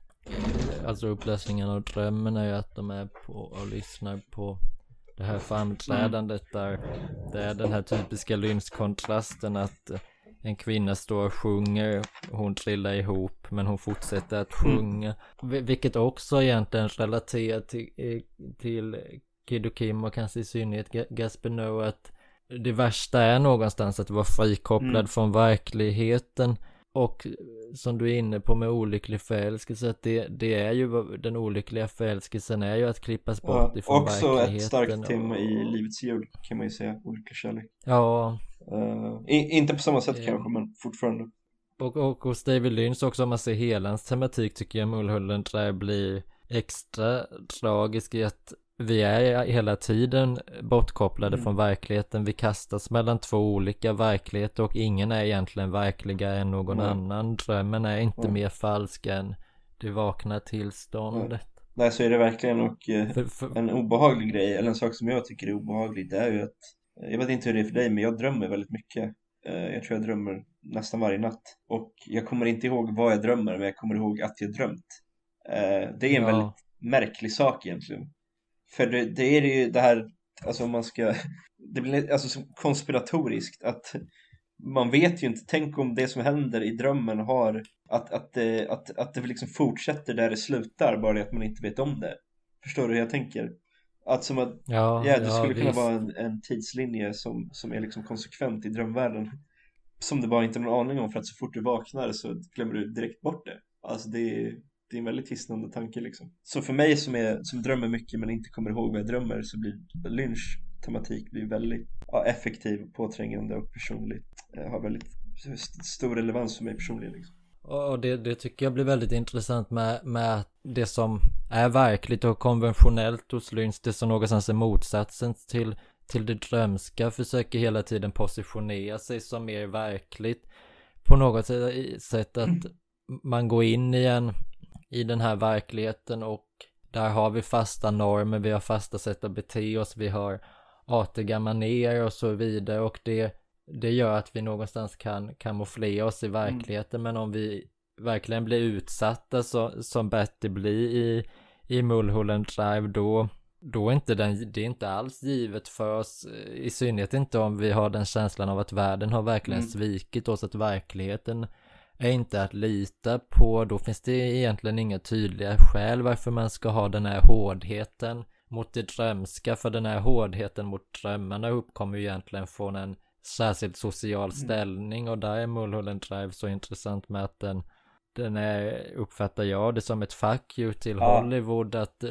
alltså uppläsningen av drömmen är ju att de är på och lyssnar på det här framträdandet där det är den här typiska Lynch-kontrasten att en kvinna står och sjunger, hon trillar ihop men hon fortsätter att sjunga, mm. vilket också egentligen relaterar till, till Kid och Kim och kanske i synnerhet Gaspar Noé, att det värsta är någonstans att vara frikopplad mm. från verkligheten. Och som du är inne på med olycklig förälskelse, att det, det är ju den olyckliga förälskelsen är ju att klippas bort ja, ifrån också verkligheten. Också ett starkt tema i Livets jul kan man ju säga, olycklig kärlek. Ja. Uh, i, inte på samma sätt uh, kanske, men fortfarande. Och, och hos David Lynch också, om man ser hela hans tematik, tycker jag Mulholland Drive blir extra tragisk i att vi är hela tiden bortkopplade mm. från verkligheten. Vi kastas mellan två olika verkligheter och ingen är egentligen verkligare än någon mm. annan. Drömmen är inte mm. mer falsk än det vakna tillståndet. Mm. Nej, så är det verkligen. Och eh, för, för... en obehaglig grej, eller en sak som jag tycker är obehaglig, det är ju att, jag vet inte hur det är för dig, men jag drömmer väldigt mycket. eh, Jag tror jag drömmer nästan varje natt. Och jag kommer inte ihåg vad jag drömmer, men jag kommer ihåg att jag drömt. eh, Det är en ja. väldigt märklig sak egentligen. För det, det är ju det här, alltså om man ska, det blir alltså så konspiratoriskt att man vet ju inte, tänk om det som händer i drömmen har, att, att, det, att, att det liksom fortsätter där det slutar, bara det att man inte vet om det. Förstår du hur jag tänker? Att som att, ja, ja det ja, skulle kunna visst. vara en, en tidslinje som, som är liksom konsekvent i drömvärlden, som det bara inte har någon aning om, för att så fort du vaknar så glömmer du direkt bort det. Alltså det är Det är en väldigt hisnande tanke liksom. Så för mig som, är, som drömmer mycket men inte kommer ihåg vad jag drömmer, så blir Lynch tematik blir väldigt ja, effektiv, påträngande och personligt. Jag har väldigt stor relevans för mig personligen liksom. Och det, det tycker jag blir väldigt intressant med, med det som är verkligt och konventionellt hos Lynch, det som någonstans är motsatsen till, till det drömska, försöker hela tiden positionera sig som mer verkligt på något sätt, att man går in i en i den här verkligheten och där har vi fasta normer, vi har fasta sätt att bete oss, vi har artiga manér och så vidare, och det, det gör att vi någonstans kan kamouflera oss i verkligheten. Mm. Men om vi verkligen blir utsatta så, som Betty blir i, i Mulholland Drive, då, då är inte den, det är inte alls givet för oss, i synnerhet inte om vi har den känslan av att världen har verkligen mm. svikit oss, att verkligheten är inte att lita på. Då finns det egentligen inga tydliga skäl varför man ska ha den här hårdheten mot det drömska, för den här hårdheten mot drömmarna uppkommer ju egentligen från en särskild social ställning, och där är Mulholland Drive så intressant med att den, den är, uppfattar jag det som ett fuck you till ja. Hollywood, att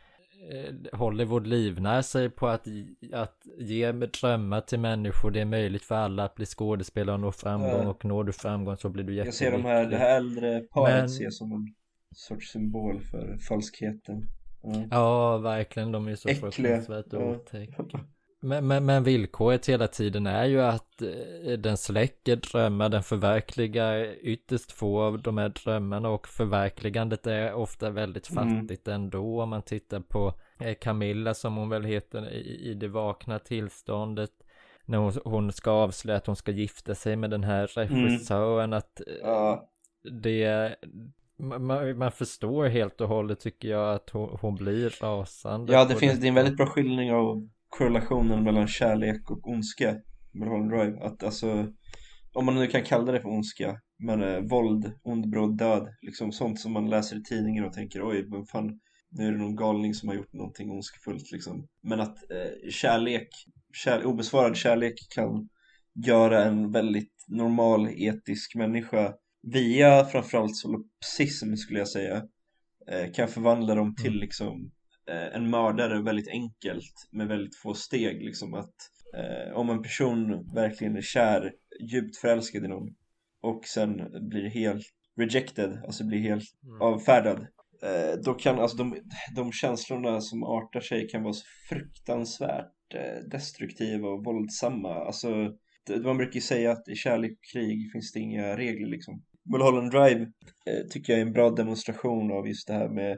Hollywood livnär sig på att, att ge drömmar till människor. Det är möjligt för alla att bli skådespelare och nå framgång, äh, och når du framgång så blir du jätteviktig. Jag ser de här, det här äldre paret Men, ser som en sorts symbol för falskheten. Ja, ja verkligen, de är så fruktansvärt ja. otäcka. Men, men, men villkoret hela tiden är ju att eh, den släcker drömmar, den förverkligar ytterst få av de här drömmarna, och förverkligandet är ofta väldigt fattigt mm. ändå. Om man tittar på eh, Camilla, som hon väl heter, i, i det vakna tillståndet, när hon, hon ska avslöja att hon ska gifta sig med den här regissören, mm. att eh, ja. det man, man förstår helt och hållet, tycker jag, att hon, hon blir rasande. Ja, det finns det är en väldigt bra skildring av korrelationen mellan kärlek och ondska med Mulholland Drive, att alltså om man nu kan kalla det för ondska, men eh, våld, ond, bråd, död, liksom sånt som man läser i tidningen och tänker oj, men fan, nu är det någon galning som har gjort någonting ondskefullt liksom. Men att eh, kärlek, kär, obesvarad kärlek kan göra en väldigt normal, etisk människa via framförallt solipsism skulle jag säga, eh, kan förvandla dem till Mm. liksom eh, en mördare väldigt enkelt med väldigt få steg liksom. Att eh, om en person verkligen är kär, djupt förälskad i någon och sen blir helt rejected, alltså blir helt Mm. avfärdad, eh, då kan alltså de, de känslorna som artar sig kan vara så fruktansvärt eh, destruktiva och våldsamma. Alltså det, man brukar ju säga att i kärlek och krig finns det inga regler liksom. Mulholland Drive eh, tycker jag är en bra demonstration av just det här med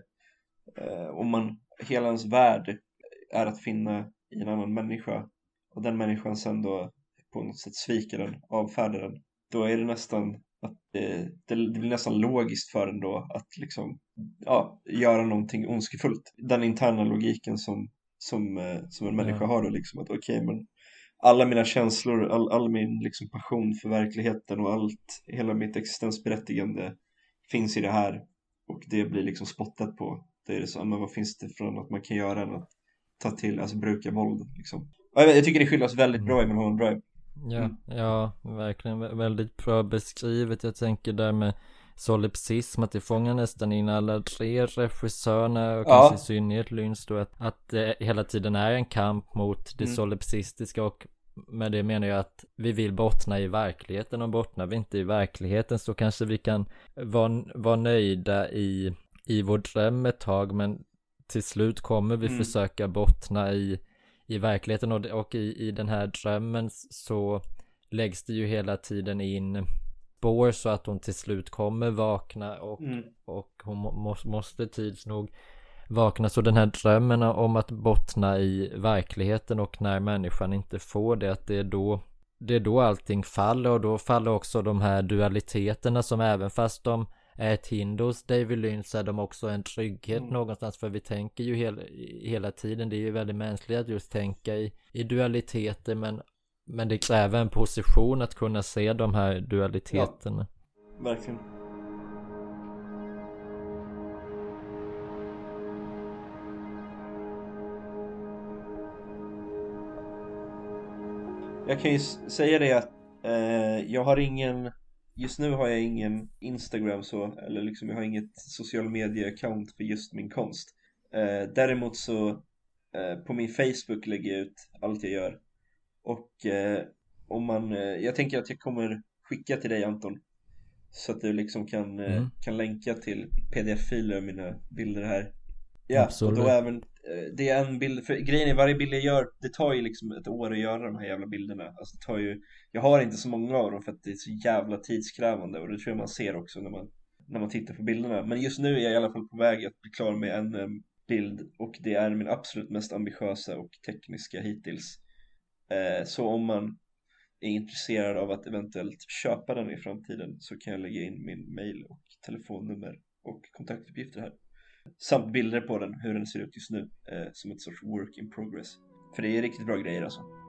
eh, om man, hela ens värld är att finna i en annan människa och den människan sen då på något sätt sviker den, avfärdar den, då är det nästan att det, det, det blir nästan logiskt för en då att liksom ja, göra någonting ondskefullt. Den interna logiken som, som, eh, som en människa Ja. har då liksom, att okej, okay, men alla mina känslor, all, all min liksom passion för verkligheten och allt, hela mitt existensberättigande finns i det här, och det blir liksom spottat på. Det är det så, men vad finns det från att man kan göra än att ta till, alltså bruka våld liksom. Jag, jag tycker det skiljas väldigt Mm. bra i Mulholland Drive. Ja, Mm. ja, verkligen vä- väldigt bra beskrivet. Jag tänker där med solipsism, att det fångar nästan in alla tre regissörerna och Ja. kanske i synnerhet Lynch då, att, att det hela tiden är en kamp mot det Mm. solipsistiska, och med det menar jag att vi vill bottna i verkligheten, och bottnar vi inte i verkligheten så kanske vi kan vara, vara nöjda i, i vår dröm ett tag, men till slut kommer vi Mm. försöka bottna i i verkligheten, och, och i, i den här drömmen så läggs det ju hela tiden in spår så att hon till slut kommer vakna, och, Mm. och hon må, måste tids nog vakna. Så den här drömmen om att bottna i verkligheten, och när människan inte får det, att det är då det är då allting faller, och då faller också de här dualiteterna som, även fast de är ett hinder hos David Lynch, så är de också en trygghet Mm. någonstans, för vi tänker ju hela, hela tiden, det är ju väldigt mänskligt att just tänka i, i dualiteter, men, men det kräver en position att kunna se de här dualiteterna. Ja, verkligen. Jag kan ju s- säga det att eh, jag har ingen, just nu har jag ingen Instagram så, eller liksom jag har inget social media account för just min konst. Eh, däremot så eh, på min Facebook lägger jag ut allt jag gör. Och eh, om man, eh, jag tänker att jag kommer skicka till dig, Anton, så att du liksom kan, eh, Mm. kan länka till pdf-filer av mina bilder här. Ja, Absolut. och då även, eh, det är en bild, för grejen är varje bild jag gör, det tar ju liksom ett år att göra de här jävla bilderna. Alltså det tar ju, jag har inte så många av dem för att det är så jävla tidskrävande, och det tror jag man ser också när man, när man tittar på bilderna. Men just nu är jag i alla fall på väg att bli klar med en eh, bild, och det är min absolut mest ambitiösa och tekniska hittills. Eh, så om man är intresserad av att eventuellt köpa den i framtiden, så kan jag lägga in min mail och telefonnummer och kontaktuppgifter här, samt bilder på den, hur den ser ut just nu, eh, som ett sorts work in progress. För det är riktigt bra grejer alltså.